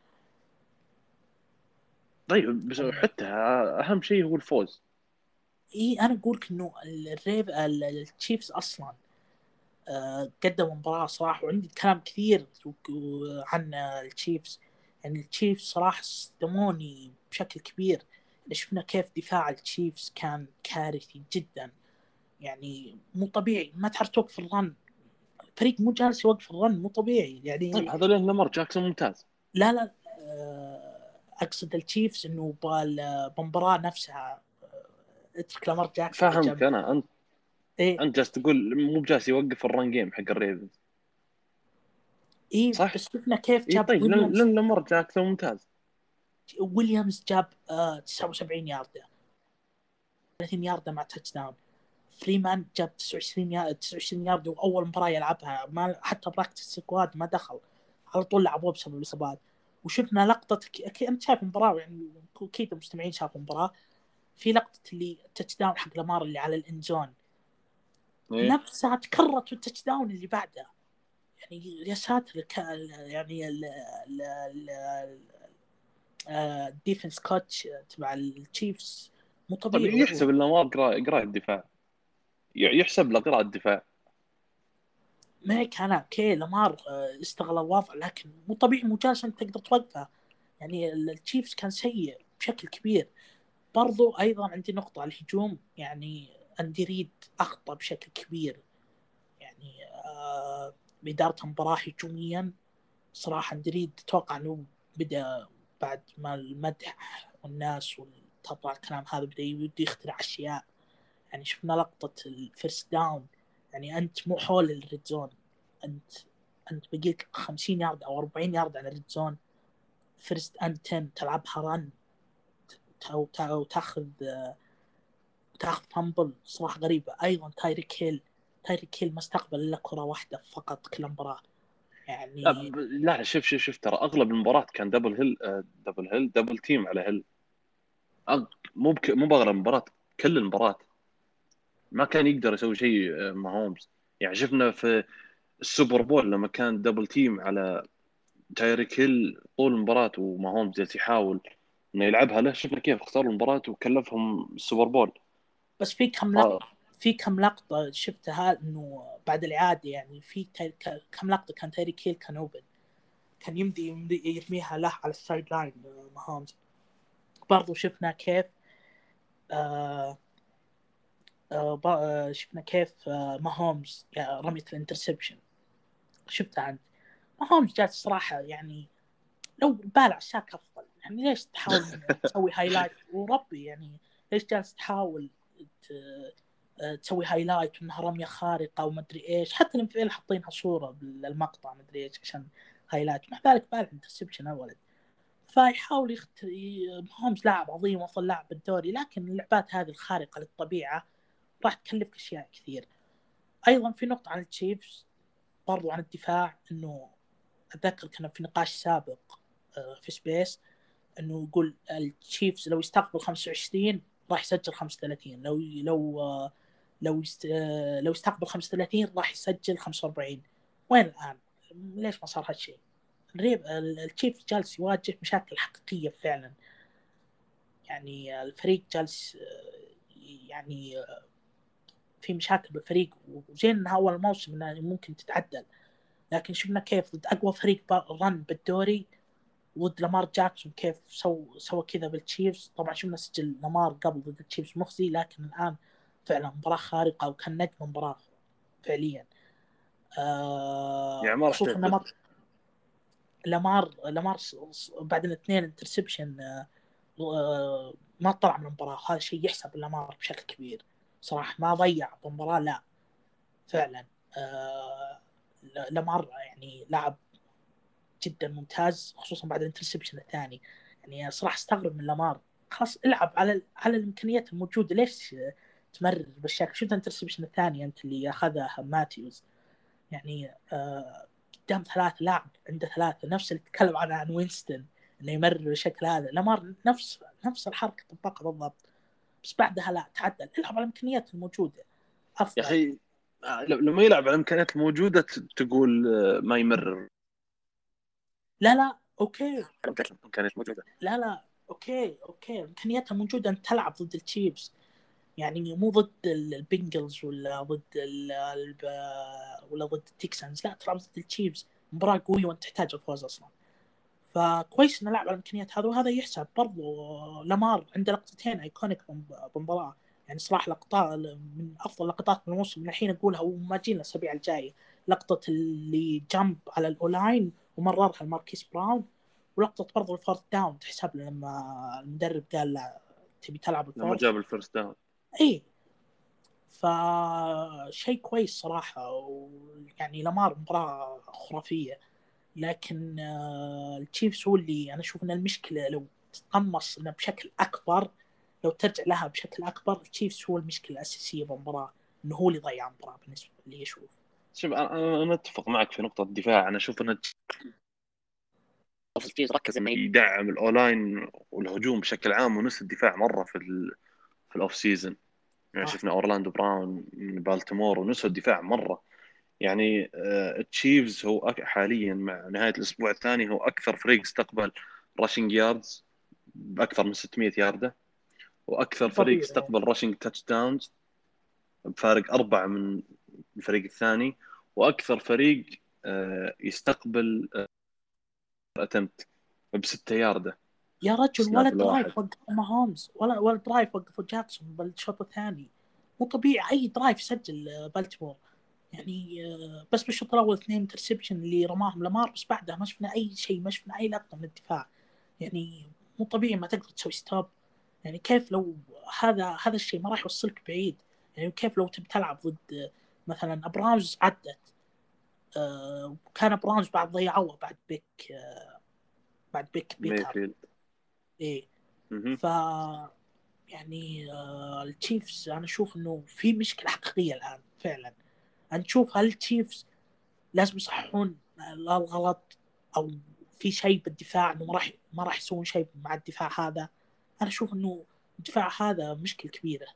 طيب بس حتى اهم شيء هو الفوز. اي انا اقول لك انه الريف التشيفز اصلا آه، قدموا مباراة صراحة، وعندي كلام كثير عن التشيفز. يعني التشيفز صراحة صدموني بشكل كبير. شفنا كيف دفاع التشيفز كان كارثي جدا، يعني مو طبيعي، ما تعرف توقف الرن، فريق مو جالس يوقف الرن، مو طبيعي طيب يعني. هذا لان لامار جاكسون ممتاز. لا لا آه، اقصد التشيفز انه بالمباراة نفسها آه، اترك لامار جاكسون فاهمك بجنب. انا. انت ايه انت جالس تقول مو بجالس يوقف الران جيم حق الريفنز ايه صح؟ بس شفنا كيف اي جاب طيب لان ويليامز. لان لامار جاكسون ممتاز. ويليامز جاب آه تسعة وسبعين ياردة، ثلاثين ياردة مع تاتش داون. فريمان جاب تسعة وعشرين ياردة، تسعة وعشرين ياردة واول مباراة يلعبها، ما حتى براكتس سكواد ما دخل، على طول لعبوه بسبب الاصابات. وشفنا لقطة ك... انت شايف المباراة يعني، اكيد المستمعين شافوا المباراة، في لقطة اللي تاتش داون حق لامار اللي على الانزون ايه نفسها تكررت في التاتش داون اللي بعده. يعني يا ساتر ك... يعني ال... ال... ال... الديفنس كوتش تبع التشيفز مو طيب طبيعي والله. يحسب لامار قراءة قراءة الدفاع، يحسب له قراءة الدفاع. ميك انا اوكي لامار آه، استغل الوضع، لكن مو طبيعي، مو جالس انت تقدر توقفه. يعني التشيفز كان سيء بشكل كبير. برضو ايضا عندي نقطة على الهجوم، يعني اندي ريد اخطا بشكل كبير، يعني آه بإدارة المباراة هجوميا. صراحة اندي ريد اتوقع انه بدا بعد ما المدح والناس وطبع الكلام هذا بدا يبدي يخترع اشياء. يعني شفنا لقطة الفيرست داون، يعني أنت مو حول الريد زون، أنت أنت بقيت خمسين يارد أو أربعين يارد على الريد زون، فيرست أند عشرة تلعبها رن وتاخذ تاخذ فامبل. صراحة غريبة. أيضا تايريك هيل، تايريك هيل ما استقبل إلا كرة واحدة فقط كل مباراة لا يعني. ب- لا شوف شوف شوف ترى اغلب المباراة كان دبل هيل، آه، دبل هيل دبل تيم على هيل. أغ- مو بك... مو باغلب المباراة كل المباراة، ما كان يقدر يسوي شيء ماهومز. يعني شفنا في السوبر بول لما كان دبل تيم على تايريك هيل طول المباراة وماهومز جالس يحاول انه يلعبها له، شفنا كيف خسروا المباراة وكلفهم السوبر بول. بس في كم لقطة في كم لقطة شفتها إنه بعد الإعادة، يعني في تاي... كم لقطة كان تايريك هيل كان اوبن، كان يمدي, يمدي يرميها له على السايد لاين ماهومز. برضو شفنا كيف آه آه آه شفنا كيف آه ماهومز يعني رميت الانترسبشن. شفتها عند ماهومز جالس صراحة، يعني لو بالع شاك أفضل. يعني ليش تحاول تسوي هايلايت وربي، يعني ليش جالس تحاول تسوي هايلايت وانها رميه خارقه ومدري ايش؟ حتى الانفعال حاطينها صوره بالمقطع مدري ايش عشان هايلايت، مع ذلك بالع انترسبشن الولد. فيحاول يخت... ماهومز لاعب عظيم وافضل لاعب بالدوري، لكن اللعبات هذه الخارقه للطبيعه راح تكلفك اشياء كثير. ايضا في نقطه عن التشيفز برضو عن الدفاع، انه اتذكر كنا في نقاش سابق في سبيس انه يقول التشيفز لو يستقبل خمسة وعشرين راح يسجل خمسة وثلاثين، لو لو لو يست... لو يستقبل خمسة وثلاثين راح يسجل خمسة وأربعين. وين الان؟ ليش ما صار هالشيء؟ الريب التشيفز جالس يواجه مشاكل حقيقيه فعلا. يعني الفريق جالس يعني في مشاكل بالفريق، وزين انها اول موسم انها ممكن تتعدل، لكن شفنا كيف ضد اقوى فريق رن بالدوري ضد لامار جاكسون كيف سوى سوى كذا بالتشيفز. طبعا شفنا سجل لامار قبل ضد التشيفز مخزي، لكن الان فعلا مباراة خارقة وكان نجم مباراة فعليا. يعني آه ما راح خصوصا تعتذر. لامار لامار لامار بعد الاثنين انترسبشن آه ما طلع من المباراة. هذا شيء يحسب لامار بشكل كبير صراحة، ما ضيع المباراة لا فعلا. آه لامار يعني لاعب جدا ممتاز، خصوصا بعد الانترسبشن الثاني. يعني صراحه استغرب من لامار، خلاص العب على على الامكانيات الموجوده، ليش تمرر بالشكل؟ شفت الانترسبشن الثاني انت اللي اخذها ماتيوز، يعني آه قدام ثلاثه لاعب عنده ثلاثه، نفس اللي تكلم عنه عن وينستون انه يمرر بالشكل هذا. لامار نفس نفس الحركه طبقها بالضبط، بس بعدها لا تعدل، العب على الامكانيات الموجوده يا افضل. اخي لما يلعب على الامكانيات الموجوده تقول ما يمرر. لا لا اوكي الامكانيات موجوده. لا لا اوكي اوكي امكانياتها موجوده، انت تلعب ضد التشيفز، يعني مو ضد البنجلز ولا ضد ال ولا ضد التكسانز، لا تلعب ضد التشيفز، مباراه قويه وانت تحتاج الفوز اصلا. فكويس انه لعب على الامكانيات هذا، وهذا يحسب برضو. لامار عنده لقطتين ايكونيك بالمباراه، يعني صراحه لقطات من افضل لقطات من الموسم من الحين اقولها وما جينا الاسابيع الجايه. لقطه اللي جامب على الاولاين ومررها لماركيس براون، ولقطه برضو الفورث داون تحسب لما المدرب قال لا تبي تلعب لما الفورث. جاب الفيرست داون. اي فشيء كويس صراحه، ويعني لامار مباراه خرافيه. لكن آه التشيفز هو اللي انا اشوف ان المشكله لو تتقمص انه بشكل اكبر، لو ترجع لها بشكل اكبر، التشيفز هو المشكله الاساسيه بالمباراه، انه هو اللي ضيع المباراه بالنسبه لي اشوف. شوف انا انا اتفق معك في نقطه الدفاع. انا اشوف ان التشيفز ركز انه يدعم الاولاين والهجوم بشكل عام ونسى الدفاع مره في ال في الاوف سيزون. يعني آه. شفنا اورلاندو براون من بالتيمور ونسوا الدفاع مره. يعني التشيفز هو حاليا مع نهايه الاسبوع الثاني هو اكثر فريق استقبل راشنج ياردز باكثر من ستمية يارده، واكثر فريق طبيعي. استقبل راشنج تاتش داونز بفارق اربعه من الفريق الثاني، واكثر فريق يستقبل اتمت بستة يارده يا رجل ولا سناب الواحد. درايف وقفوا ماهومز، ولا ولا درايف وقفوا جاكسون بالشوط الثاني. مو طبيعي اي درايف سجل بالتيمور، يعني بس بالشوط الاول اثنين انترسبشن اللي رماهم لامار، بس بعدها ما شفنا اي شيء، ما شفنا اي لقطه من الدفاع. يعني مو طبيعي ما تقدر تسوي ستوب. يعني كيف لو هذا هذا الشيء ما راح يوصلك بعيد؟ يعني كيف لو تبي تلعب ضد مثلا براونز عدت آه كان براونز بعد ضيعوه بعد بيك آه بعد بيك بيكر. ميفيلد. ايه مهم. ف يعني آه التشيفز انا اشوف انه في مشكله حقيقيه الان فعلا. نشوف هل التشيفز لازم يصححون الغلط، او في شيء بالدفاع انه ما راح ما راح يسوون شيء مع الدفاع هذا. انا اشوف انه الدفاع هذا مشكله كبيره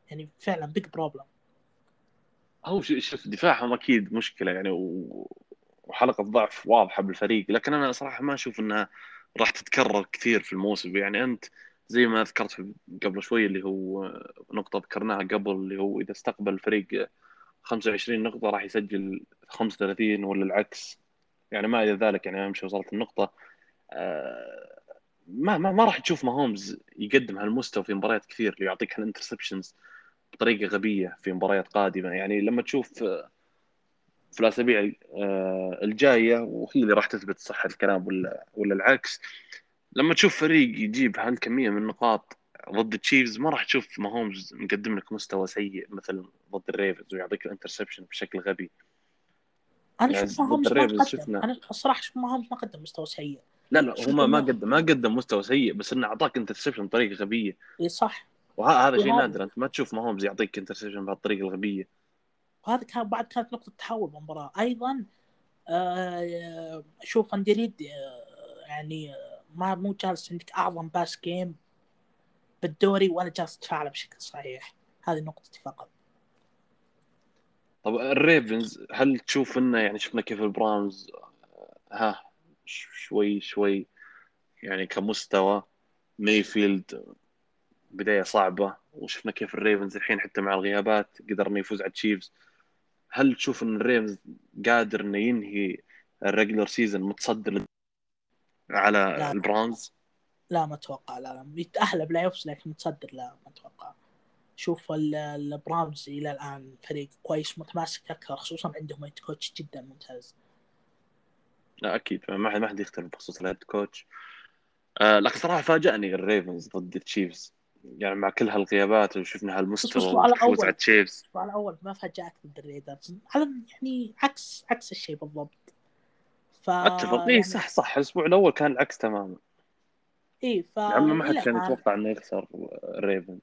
يعني فعلا بيج بروبلم. هو ش- شوف دفاعهم اكيد مشكله يعني و... وحلقه ضعف واضحه بالفريق، لكن انا صراحه ما اشوف انها راح تتكرر كثير في الموسم. يعني انت زي ما ذكرت في- قبل شوي اللي هو نقطه ذكرناها قبل، اللي هو اذا استقبل الفريق خمسة وعشرين نقطه راح يسجل خمسة وثلاثين ولا العكس، يعني ما الى ذلك. يعني امشي وصلت النقطه. آه، ما ما ما راح تشوف ماهومز يقدم هالمستوى في مباريات كثير اللي يعطيك هالانترسبشنز بطريقه غبيه في مباريات قادمه. يعني لما تشوف في الاسابيع آه، الجايه، وهي اللي راح تثبت صحه الكلام ولا ولا العكس، لما تشوف فريق يجيب هالكميه من النقاط ضد التشيفز، ما راح تشوف ماهومز مقدم لك مستوى سيء مثل ضد الريفنز ويعطيك الانترسبشن بشكل غبي. انا يعني اشوف ضد ماهومز ما الريفنز قدم، شفنا، انا الصراحه اشوف ماهومز ما قدم مستوى سيء. لا لا هو اشوف ما ما انه قدم ما قدم مستوى سيء، بس انه اعطاك انترسبشن بطريقه غبيه، إيه صح. وهذا شيء وهذا نادر. انت ما تشوف ماهومز يعطيك انترسبشن بهالطريقه الغبيه. وهذا كان بعد كانت نقطه تحول بالمباراه ايضا. آه، اشوف اندريد آه، يعني آه، ما مو جالس عندك اعظم باس جيم بالدوري ولا جالس تفعله بشكل صحيح. هذه نقطتي فقط. طب الريفنز هل تشوف انه يعني شفنا كيف البراونز ها ش- شوي شوي يعني كمستوى، مايفيلد بداية صعبة، وشفنا كيف الريفنز الحين حتى مع الغيابات قدر انه يفوز على التشيفز. هل تشوف ان الريفنز قادر انه ينهي الريجلر سيزون متصدر على لا البراونز؟ لا ما اتوقع. لا لا يتاهل بلاي اوفز لكن متصدر لا ما اتوقع. شوف ال- البرامز الى الان فريق كويس متماسك اكثر، خصوصا عندهم هيد كوتش جدا ممتاز. لا اكيد ما حد ما حد يختلف بخصوص الهيد كوتش. آه لكن صراحة فاجأني الريفنز ضد التشيفز، يعني مع كل هالغيابات وشفنا بس هالمستوى بالسؤال وتفوز على الاول التشيفز. السؤال الاول ما فاجأك ضد الريدرز، على يعني عكس عكس الشيء بالضبط. ف اتفق، اي يعني صح صح، الاسبوع الاول كان العكس تماما. ايه يعني ما حد فالى كان الان يتوقع انه يخسر الريفنز.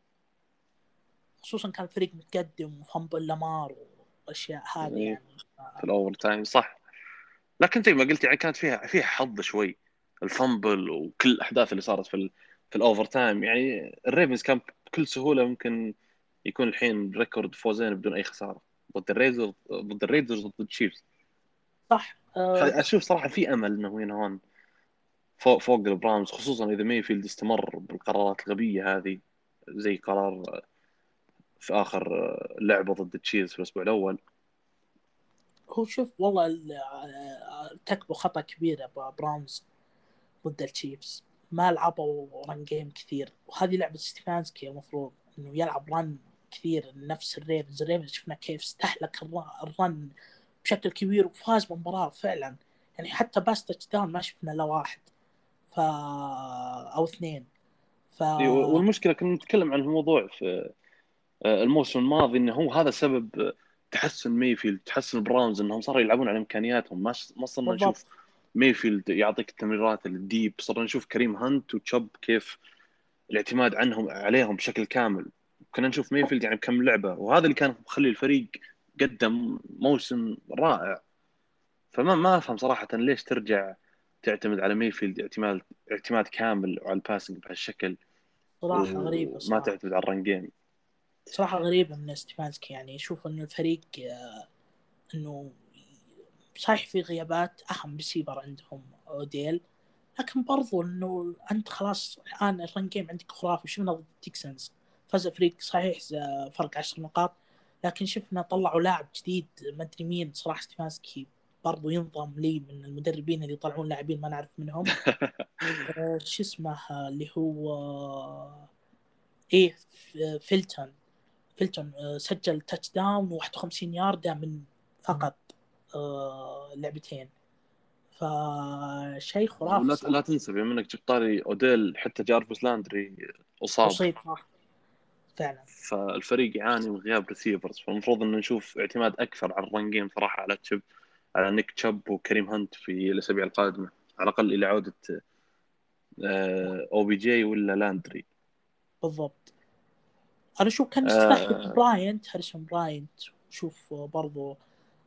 خصوصا كان فريق متقدم وفامبل لامار والاشياء هذه إيه، يعني. في الاوفر تايم صح. لكن زي ما قلت يعني كانت فيها فيها حظ شوي، الفامبل وكل الاحداث اللي صارت في ال في الاوفر تايم. يعني الريفنز كان بكل سهوله ممكن يكون الحين ريكورد فوزين بدون اي خساره ضد الريزرز ضد الريدرز ضد التشيفز. صح أه بس فاشوف صراحه في امل انه ينهون فوق فوق البراونز، خصوصا اذا ميفيلد استمر بالقرارات الغبيه هذه، زي قرار في اخر لعبه ضد التشيفز في الاسبوع الاول. هو شوف والله ال- آه، ارتكبوا خطأ كبير براونز ضد التشيفز. ما لعبوا رن جيم كثير، وهذه لعبة ستيفانسكي المفروض انه يلعب رن كثير نفس الريفنز. الريفنز شفنا كيف استهلك الر- الرن بشكل كبير وفاز بالمباراة فعلا. يعني حتى باس تاتش داون ما شفنا الا واحد ف او اثنين. ف إي، والمشكله كنا نتكلم عن الموضوع في آه، الموسم الماضي، انه هو هذا سبب آه، تحسن ميفيلد، تحسن البراونز، انهم صاروا يلعبون على امكانياتهم. ما ما صرنا نشوف بالضبط. ميفيلد يعطيك التمريرات الديب، صرنا نشوف كريم هانت وتشب كيف الاعتماد عنهم عليهم بشكل كامل. كنا نشوف ميفيلد يعني بكم لعبه، وهذا اللي كان مخلي الفريق قدم موسم رائع. فما ما افهم صراحه ليش ترجع تعتمد على ميفيلد اعتماد اعتماد كامل وعلى الباسنج بهالشكل، صراحة غريبة وما صراحة. تعتمد على الرن جيم. صراحة غريبة من ستيفانسكي. يعني يشوف انه الفريق آه، انه صحيح في غيابات، اهم ريسيفر عندهم اوديل، لكن برضو انه انت خلاص الان الرن جيم عندك خرافي. شفنا ضد التكسنز فاز الفريق صحيح فرق عشر نقاط، لكن شفنا طلعوا لاعب جديد ما ادري مين صراحه. ستيفانسكي برضو ينضم لي من المدربين اللي يطلعون لاعبين ما نعرف منهم. أه شو اسمه آه، اللي هو آه، ايه ف- فيلتون. فيلتون أه سجل تاتش داون واحد وخمسين ياردة من فقط أه لعبتين. فشيء خرافي ولا لا صراحه. تنسى بما انك جبت طاري اوديل، حتى جارفيس لاندري اصاب، اصيب صح فعلا. فالفريق يعاني من غياب ريسيفرز. فالمفروض ان نشوف اعتماد اكثر على الرن جيم صراحه، على تشب على نيك تشب وكريم هانت في الاسابيع القادمه، على الاقل الى عوده آه، او بي جي ولا لاندري. بالضبط. انا اشوف كان يستهدف آه، براينت هاريسون براينت. شوف برضو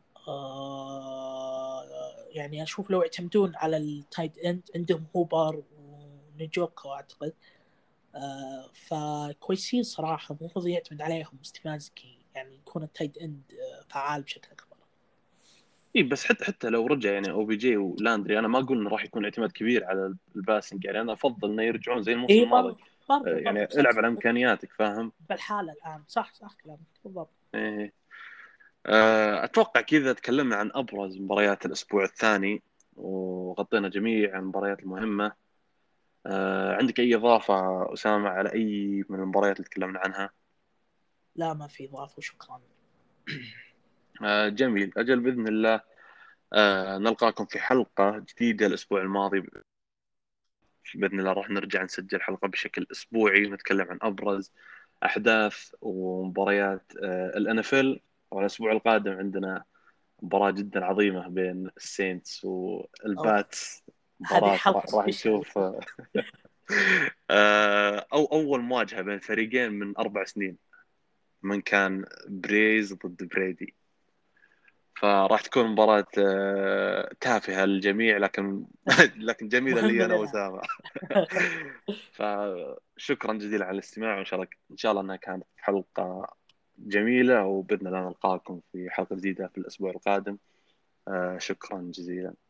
آه يعني اشوف لو يعتمدون على التايد اند عندهم هوبر ونجوكو اعتقد آه فكويسين صراحة، المفروض يعتمد عليهم ستيفانسكي، يعني يكون التايد اند آه، فعال بشكل أكبر. اي بس حتى حتى لو رجع يعني او بي جي ولاندري، انا ما اقول انه راح يكون اعتماد كبير على الباسنج، يعني انا افضل انه يرجعون زي الموسم اي الماضي. برضو برضو آه، برضو يعني بس العب على أقصد امكانياتك، فاهم؟ بالحالة الآن صح صح كلامك بالضبط. إيه. آه، اتوقع كذا تكلمنا عن ابرز مباريات الاسبوع الثاني وغطينا جميع المباريات المهمه. آه، عندك اي اضافه اسامه على اي من المباريات اللي تكلمنا عنها؟ لا ما في إضافة وشكرا. آه، جميل، اجل باذن الله. آه، نلقاكم في حلقه جديده الاسبوع الماضي باذن الله. راح نرجع نسجل حلقه بشكل اسبوعي ونتكلم عن ابرز احداث ومباريات الان اف ال. والاسبوع القادم عندنا مباراه جدا عظيمه بين السينتس أوف، والباتس. هذه مباراه حلقة راح راح سبيشال. نشوف آه، او اول مواجهه بين فريقين من اربع سنين، من كان بريز ضد بريدي. فراح تكون مباراة آه، تافهة للجميع، لكن لكن جميلة مهمة لي أنا لنا. وأسامة. فشكرا جزيلا على الاستماع، وإن شاء الله إن شاء الله أنها كانت حلقة جميلة، وبإذن الله نلقاكم في حلقة جديدة في الأسبوع القادم. آه، شكرا جزيلا.